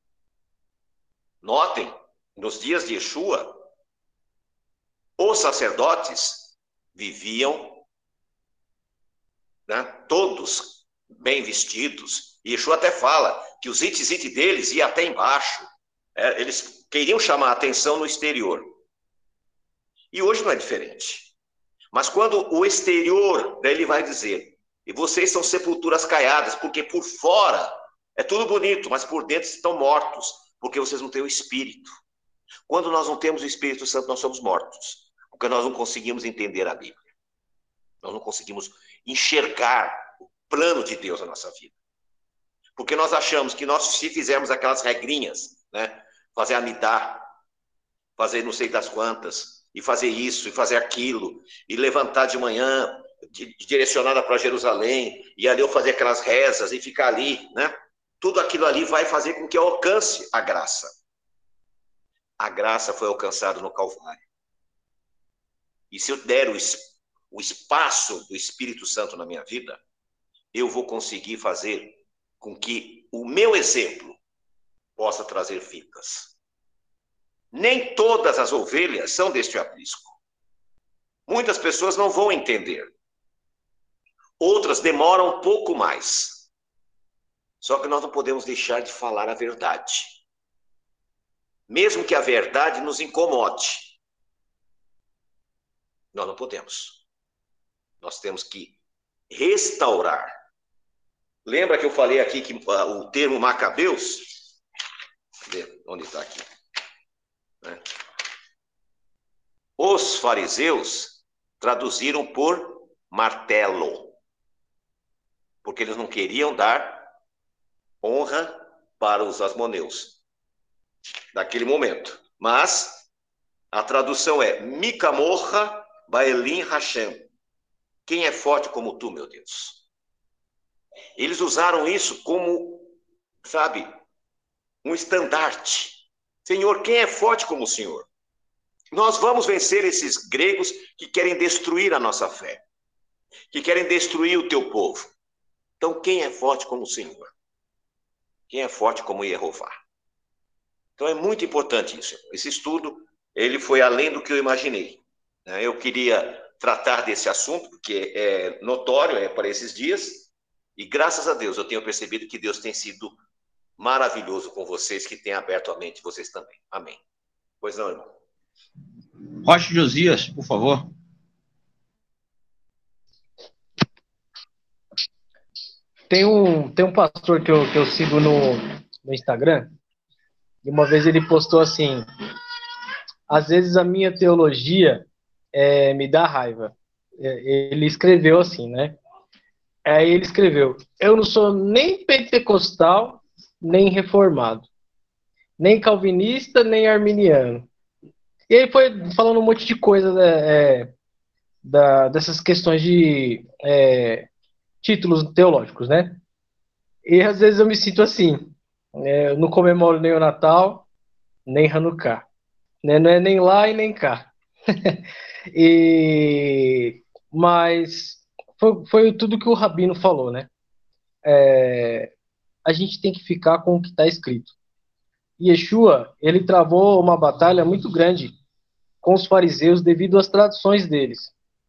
Notem, nos dias de Yeshua, os sacerdotes viviam, né, todos bem vestidos. E Yeshua até fala que o zit-zit deles ia até embaixo. É, eles queriam chamar a atenção no exterior. E hoje não é diferente. Mas quando o exterior, daí ele vai dizer, e vocês são sepulturas caiadas, porque por fora é tudo bonito, mas por dentro estão mortos, porque vocês não têm o Espírito. Quando nós não temos o Espírito Santo, nós somos mortos, porque nós não conseguimos entender a Bíblia. Nós não conseguimos enxergar o plano de Deus na nossa vida. Porque nós achamos que nós, se fizermos aquelas regrinhas, né, fazer amidá, fazer não sei das quantas, e fazer isso, e fazer aquilo, e levantar de manhã, de, de direcionada para Jerusalém, e ali eu fazer aquelas rezas, e ficar ali, né? Tudo aquilo ali vai fazer com que eu alcance a graça. A graça foi alcançada no Calvário. E se eu der o, o espaço do Espírito Santo na minha vida, eu vou conseguir fazer com que o meu exemplo possa trazer vidas. Nem todas as ovelhas são deste aprisco. Muitas pessoas não vão entender. Outras demoram um pouco mais. Só que nós não podemos deixar de falar a verdade. Mesmo que a verdade nos incomode. Nós não podemos. Nós temos que restaurar. Lembra que eu falei aqui que uh, o termo Macabeus? Cadê? Onde está aqui? Né? Os fariseus traduziram por martelo. Porque eles não queriam dar honra para os asmoneus. Naquele momento. Mas a tradução é Mikamorra Baelim Hashem. Quem é forte como tu, meu Deus? Eles usaram isso como, sabe, um estandarte. Senhor, quem é forte como o Senhor? Nós vamos vencer esses gregos que querem destruir a nossa fé, que querem destruir o teu povo. Então, quem é forte como o Senhor? Quem é forte como Jeová? Então, é muito importante isso. Esse estudo, ele foi além do que eu imaginei. Eu queria tratar desse assunto, porque é notório, é para esses dias, e graças a Deus eu tenho percebido que Deus tem sido maravilhoso com vocês, que tem aberto a mente de vocês também. Amém. Pois não, irmão? Rocha Josias, por favor. Tem um, tem um pastor que eu, que eu sigo no, no Instagram, e uma vez ele postou assim: às vezes a minha teologia é, me dá raiva. Ele escreveu assim, né? Aí ele escreveu: eu não sou nem pentecostal, nem reformado, nem calvinista, nem arminiano. E ele foi falando um monte de coisa, né, é, da, dessas questões de é, títulos teológicos, né? E às vezes eu me sinto assim, é, eu não comemoro nem o Natal, nem Hanukkah, né? Não é nem lá e nem cá. e, mas foi, foi tudo que o Rabino falou, né? É, a gente tem que ficar com o que está escrito. Yeshua, ele travou uma batalha muito grande com os fariseus devido às tradições deles.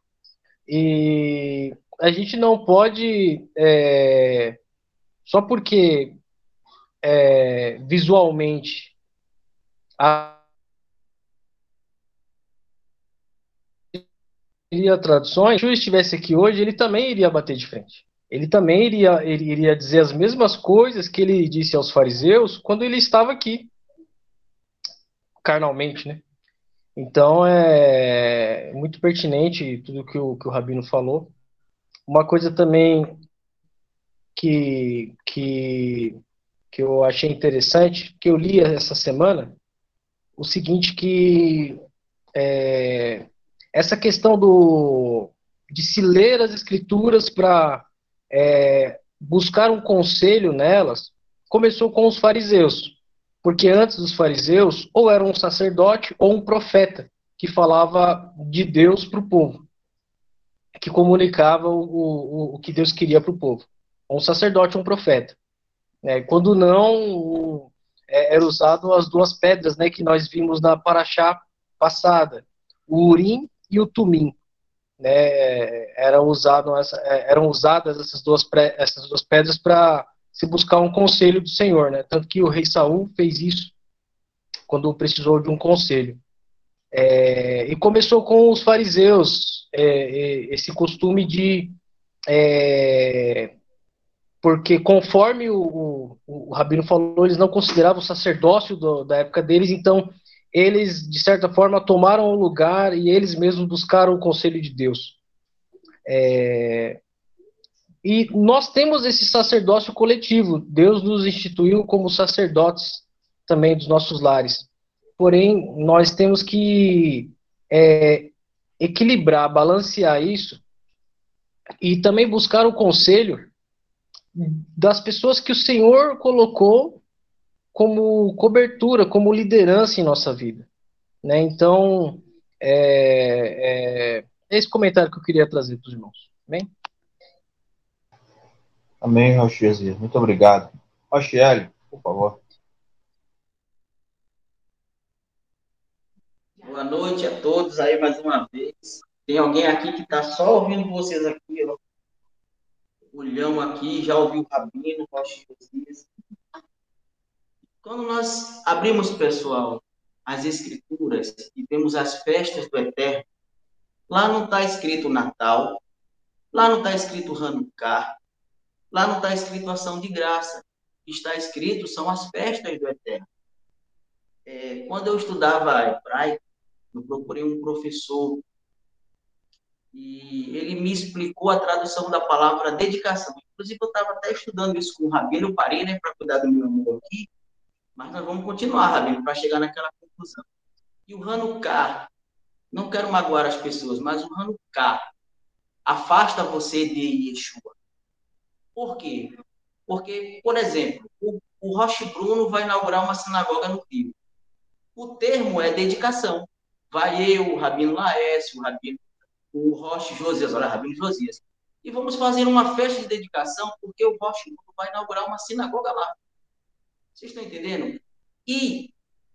E a gente não pode, é, só porque é, visualmente a tradições, se Yeshua estivesse aqui hoje, ele também iria bater de frente. Ele também iria, ele iria dizer as mesmas coisas que ele disse aos fariseus quando ele estava aqui, carnalmente, né? Então, é muito pertinente tudo que o, que o Rabino falou. Uma coisa também que, que, que eu achei interessante, que eu li essa semana, o seguinte, que é, essa questão do, de se ler as escrituras para é, buscar um conselho nelas, começou com os fariseus. Porque antes dos fariseus, ou era um sacerdote ou um profeta que falava de Deus para o povo, que comunicava o, o, o que Deus queria para o povo. Um sacerdote ou um profeta. É, quando não, o, é, era usado as duas pedras, né, que nós vimos na paraxá passada, o Urim e o Tumim. Né, eram, usado essa, eram usadas essas duas, essas duas pedras para se buscar um conselho do Senhor, né? Tanto que o rei Saul fez isso quando precisou de um conselho. É, e começou com os fariseus é, esse costume de é, porque conforme o, o, o Rabino falou, eles não consideravam o sacerdócio do, da época deles, então eles, de certa forma, tomaram o lugar e eles mesmos buscaram o conselho de Deus. É, e nós temos esse sacerdócio coletivo. Deus nos instituiu como sacerdotes também dos nossos lares. Porém, nós temos que é, equilibrar, balancear isso e também buscar o conselho das pessoas que o Senhor colocou como cobertura, como liderança em nossa vida. Né? Então, é, é, é esse comentário que eu queria trazer para os irmãos. Amém? Amém, Rochese. Muito obrigado. Rochelle, por favor. Boa noite a todos aí mais uma vez. Tem alguém aqui que está só ouvindo vocês aqui, ó. Olhão aqui, já ouviu o Rabino, Rochese. Quando nós abrimos, pessoal, as Escrituras e vemos as festas do Eterno, lá não está escrito Natal, lá não está escrito Hanukkah, lá não está escrito Ação de Graça. Está escrito são as festas do Eterno. É, quando eu estudava hebraico, eu procurei um professor e ele me explicou a tradução da palavra dedicação. Inclusive, eu estava até estudando isso com o Rabino, eu parei, né, para cuidar do meu amor aqui, mas nós vamos continuar, Rabino, para chegar naquela conclusão. E o Hanukkah, não quero magoar as pessoas, mas o Hanukkah afasta você de Yeshua. Por quê? Porque, por exemplo, o, o Roche Bruno vai inaugurar uma sinagoga no Rio. O termo é dedicação. Vai eu, o Rabino Laércio, o Rabino, o Roche Josias, olha, Rabino Josias. E vamos fazer uma festa de dedicação, porque o Roche Bruno vai inaugurar uma sinagoga lá. Vocês estão entendendo? E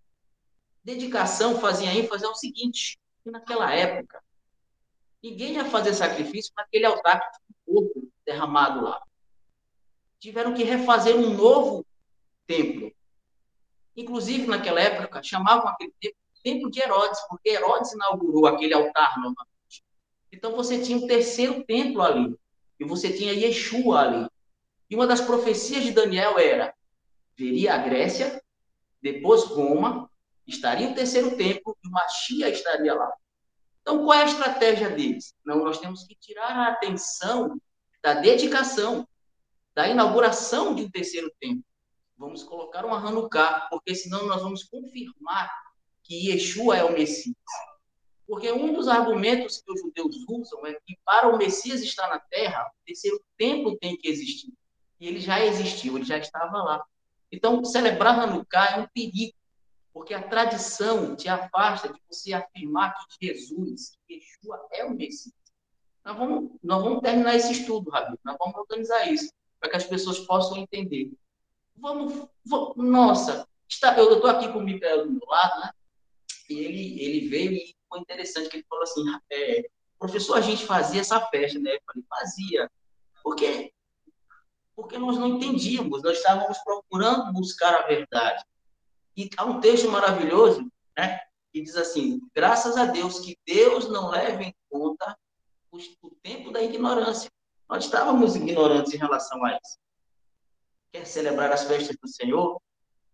dedicação fazia ênfase ao seguinte, que naquela época, ninguém ia fazer sacrifício naquele altar que tinha um corpo derramado lá. Tiveram que refazer um novo templo. Inclusive, naquela época, chamavam aquele templo Templo de Herodes, porque Herodes inaugurou aquele altar novamente. Então, você tinha um terceiro templo ali, e você tinha Yeshua ali. E uma das profecias de Daniel era, veria a Grécia, depois Roma, estaria o terceiro templo, e o Mashiach estaria lá. Então, qual é a estratégia deles? Não, nós temos que tirar a atenção da dedicação, da inauguração de um terceiro templo. Vamos colocar uma Hanukkah, porque senão nós vamos confirmar que Yeshua é o Messias. Porque um dos argumentos que os judeus usam é que para o Messias estar na Terra, o terceiro templo tem que existir. E ele já existiu, ele já estava lá. Então, celebrar Hanukkah é um perigo, porque a tradição te afasta de você afirmar que Jesus, que Yeshua é o Messias. Nós vamos, nós vamos terminar esse estudo, Rabino. Nós vamos organizar isso, para que as pessoas possam entender. Vamos, vamos nossa, está, eu estou aqui com o Micael do meu lado, né? E ele, ele veio e foi interessante que ele falou assim, é, professor, a gente fazia essa festa, né? Eu falei, fazia. Por quê? Porque nós não entendíamos, nós estávamos procurando buscar a verdade. E há um texto maravilhoso, né? Que diz assim, graças a Deus que Deus não leva em conta o, o tempo da ignorância. Nós estávamos ignorantes em relação a isso. Quer celebrar as festas do Senhor?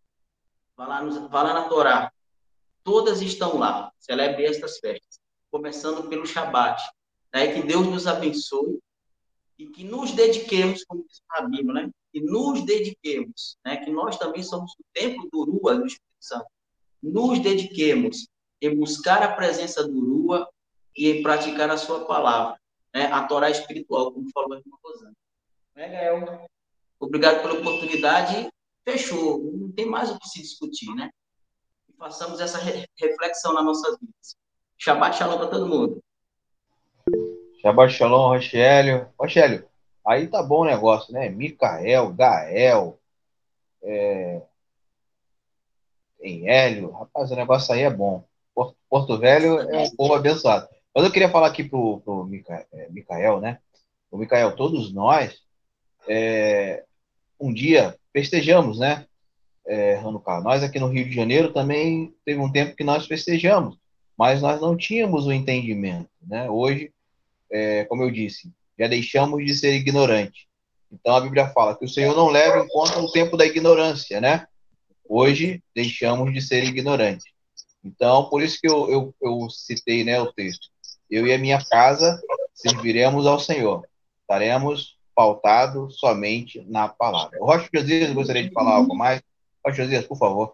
Vá lá, no, vá lá na Torá. Todas estão lá. Celebre estas festas. Começando pelo Shabat. Daí que Deus nos abençoe e que nos dediquemos, como diz o Rabino, né? Que nos dediquemos, né? Que nós também somos o templo do Rua, do Espírito Santo. Nos dediquemos em buscar a presença do Rua e em praticar a sua palavra, né? A Torá espiritual, como falou a irmã Rosana. Né, Gael? Obrigado pela oportunidade. fechou, não tem mais o que se discutir, né? E façamos essa re reflexão nas nossas vidas. Shabbat shalom para todo mundo. Shabbat shalom, Rochélio. Rochélio, aí tá bom o negócio, né? Micael, Gael, é... tem Hélio. Rapaz, o negócio aí é bom. Porto, Porto Velho é um povo abençoado. Mas eu queria falar aqui pro, pro Mica, é, Micael, né? O Micael, todos nós, é, um dia festejamos, né? É, Hanukkah. Nós aqui no Rio de Janeiro também teve um tempo que nós festejamos, mas nós não tínhamos o entendimento, né? Hoje, é, como eu disse, já deixamos de ser ignorante. Então a Bíblia fala que o Senhor não leva em conta o tempo da ignorância, né? Hoje deixamos de ser ignorantes. Então, por isso que eu, eu, eu citei, né, o texto. Eu e a minha casa serviremos ao Senhor. Estaremos pautados somente na palavra. O Rocha Josias gostaria de falar algo mais? Rocha Josias, por favor.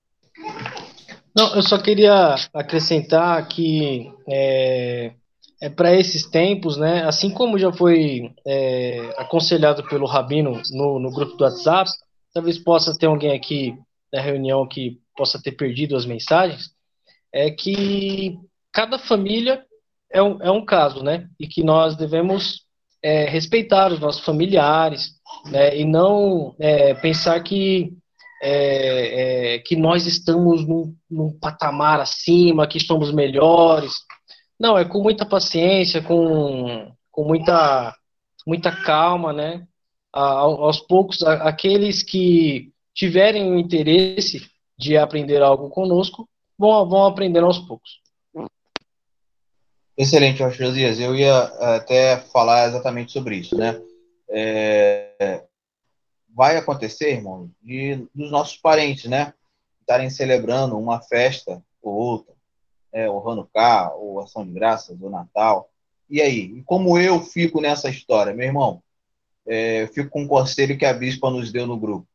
Não, eu só queria acrescentar que é, é para esses tempos, né? Assim como já foi é, aconselhado pelo Rabino no, no grupo do WhatsApp, talvez possa ter alguém aqui na reunião que possa ter perdido as mensagens, é que cada família é um, é um caso, né? E que nós devemos é, respeitar os nossos familiares, né? E não é, pensar que é, é, que nós estamos num, num patamar acima, que somos melhores. Não, é com muita paciência, com, com muita, muita calma, né? A, aos poucos, a, aqueles que tiverem o interesse de aprender algo conosco, vão, vão aprendendo aos poucos. Excelente, Rocha Josias. Eu ia até falar exatamente sobre isso, né? É, vai acontecer, irmão, de, dos nossos parentes, né? Estarem celebrando uma festa ou outra, é, o Hanukkah, ou Ação de Graças, o Natal. E aí? E como eu fico nessa história, meu irmão? É, eu fico com um conselho que a bispa nos deu no grupo.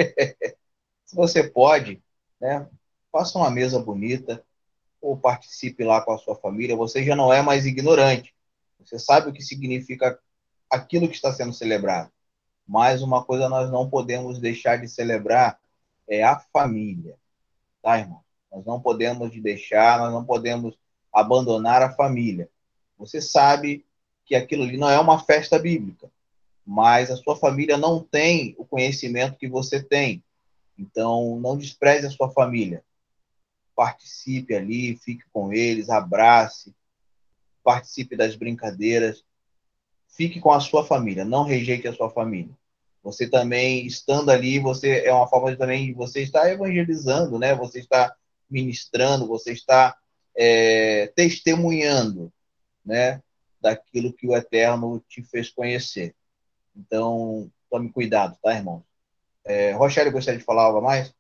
Se você pode, né? Faça uma mesa bonita, ou participe lá com a sua família. Você já não é mais ignorante. Você sabe o que significa aquilo que está sendo celebrado. Mas uma coisa nós não podemos deixar de celebrar é a família, tá, irmão? Nós não podemos deixar, nós não podemos abandonar a família. Você sabe que aquilo ali não é uma festa bíblica, mas a sua família não tem o conhecimento que você tem. Então, não despreze a sua família. Participe ali, fique com eles, abrace, participe das brincadeiras, fique com a sua família, não rejeite a sua família. Você também, estando ali, você é uma forma de também, você está evangelizando, né? Você está ministrando, você está é, testemunhando, né? Daquilo que o Eterno te fez conhecer. Então, tome cuidado, tá, irmão? É, Rochelle, gostaria de falar algo a mais?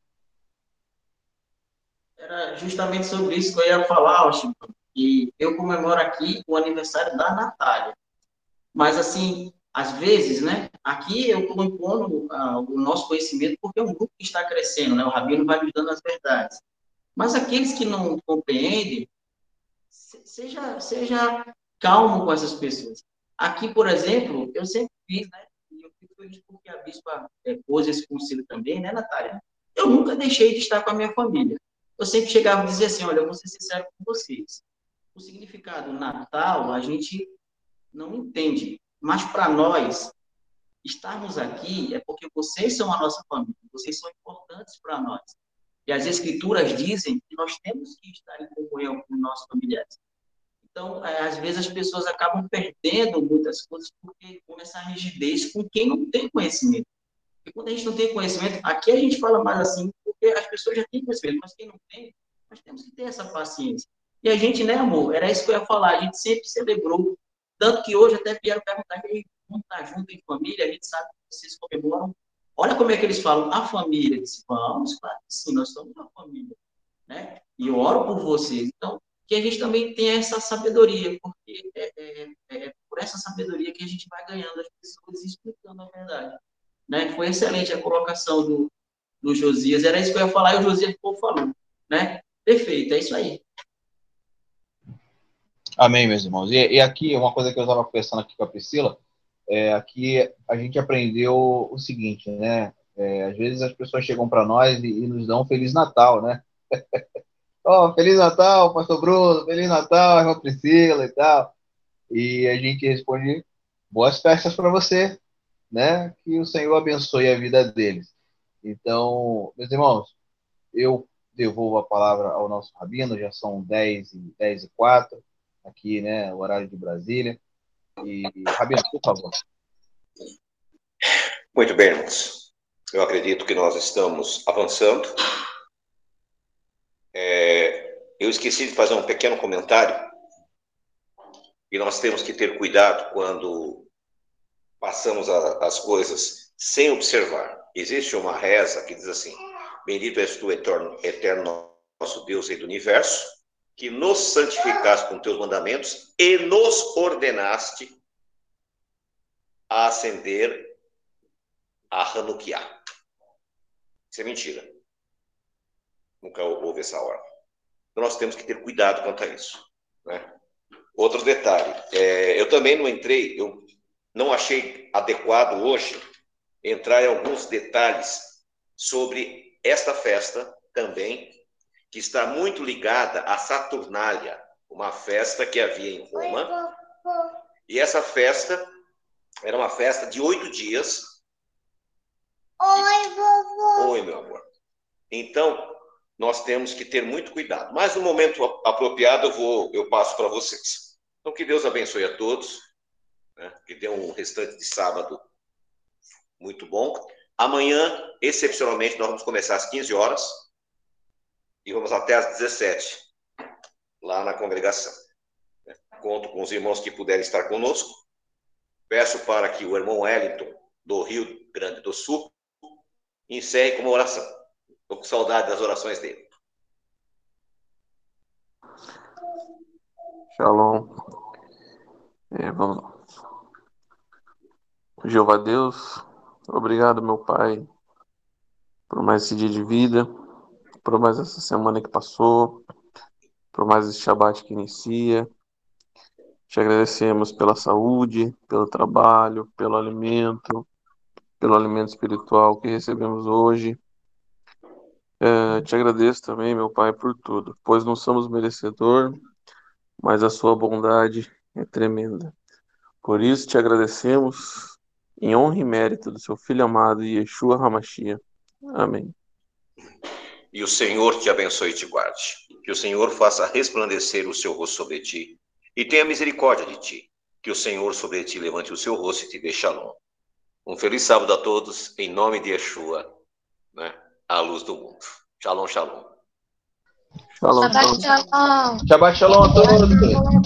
Era justamente sobre isso que eu ia falar, Washington. E eu comemoro aqui o aniversário da Natália. Mas, assim, às vezes, né, aqui eu estou impondo uh, o nosso conhecimento porque é um grupo que está crescendo, né? O Rabino vai me dando as verdades. Mas aqueles que não compreendem, seja, seja calmo com essas pessoas. Aqui, por exemplo, eu sempre fiz, né? E eu fico feliz porque a bispa é, pôs esse conselho também, né, Natália? Eu nunca deixei de estar com a minha família. Eu sempre chegava e dizia assim, olha, eu vou ser sincero com vocês. O significado Natal, a gente não entende. Mas para nós, estarmos aqui é porque vocês são a nossa família. Vocês são importantes para nós. E as escrituras dizem que nós temos que estar em comunhão com nossos familiares. Então, é, às vezes as pessoas acabam perdendo muitas coisas porque com essa rigidez com quem não tem conhecimento. E quando a gente não tem conhecimento, aqui a gente fala mais assim, porque as pessoas já têm conhecimento, mas quem não tem, nós temos que ter essa paciência. E a gente, né, amor? Era isso que eu ia falar, a gente sempre celebrou, tanto que hoje até vieram perguntar, vamos estar junto em família, a gente sabe que vocês comemoram. Olha como é que eles falam, a família. Eles falam, vamos, claro que sim, nós somos uma família, né? E eu oro por vocês. Então, que a gente também tenha essa sabedoria, porque é, é, é por essa sabedoria que a gente vai ganhando as pessoas e explicando a verdade. Né? Foi excelente a colocação do, do Josias, era isso que eu ia falar e o Josias ficou falando. Né? Perfeito, é isso aí. Amém, meus irmãos. E, e aqui, uma coisa que eu estava conversando aqui com a Priscila, é, aqui a gente aprendeu o seguinte, né? É, às vezes as pessoas chegam para nós e, e nos dão um Feliz Natal, né? Oh, Feliz Natal, Pastor Bruno, Feliz Natal, irmã Priscila e tal. E a gente responde, boas festas para você, né? Que o Senhor abençoe a vida deles. Então, meus irmãos, eu devolvo a palavra ao nosso rabino, já são dez e, dez e quatro, aqui, né, o horário de Brasília. E, rabino, por favor. Muito bem, irmãos. Eu acredito que nós estamos avançando. É, eu esqueci de fazer um pequeno comentário. E nós temos que ter cuidado quando passamos a, as coisas sem observar. Existe uma reza que diz assim: bendito és tu, eterno, eterno nosso Deus, Rei do Universo, que nos santificaste com teus mandamentos e nos ordenaste a ascender a Hanukkah. Isso é mentira. Nunca houve essa ordem. Então nós temos que ter cuidado quanto a isso, né? Outro detalhe, é, eu também não entrei, eu não achei adequado hoje entrar em alguns detalhes sobre esta festa também, que está muito ligada à Saturnália, uma festa que havia em Roma. E essa festa era uma festa de oito dias. Oi, vovô. Oi, meu amor. Então, nós temos que ter muito cuidado. Mas no momento apropriado eu vou, eu passo para vocês. Então, que Deus abençoe a todos, né? Que dê um restante de sábado muito bom. Amanhã, excepcionalmente, nós vamos começar às quinze horas e vamos até às dezessete, lá na congregação. Conto com os irmãos que puderem estar conosco. Peço para que o irmão Wellington, do Rio Grande do Sul, encerre com uma oração. Estou com saudade das orações dele. Shalom. É, vamos lá. Jeová Deus, obrigado, meu Pai, por mais esse dia de vida, por mais essa semana que passou, por mais esse Shabbat que inicia. Te agradecemos pela saúde, pelo trabalho, pelo alimento, pelo alimento espiritual que recebemos hoje. É, te agradeço também, meu Pai, por tudo, pois não somos merecedor, mas a sua bondade é tremenda. Por isso te agradecemos em honra e mérito do seu Filho amado, Yeshua HaMashiach. Amém. E o Senhor te abençoe e te guarde. Que o Senhor faça resplandecer o seu rosto sobre ti e tenha misericórdia de ti. Que o Senhor sobre ti levante o seu rosto e te dê shalom. Um feliz sábado a todos, em nome de Yeshua, né? A luz do mundo. Shalom, shalom. Shalom, Shabbat shalom. shalom. Shabbat shalom a todos.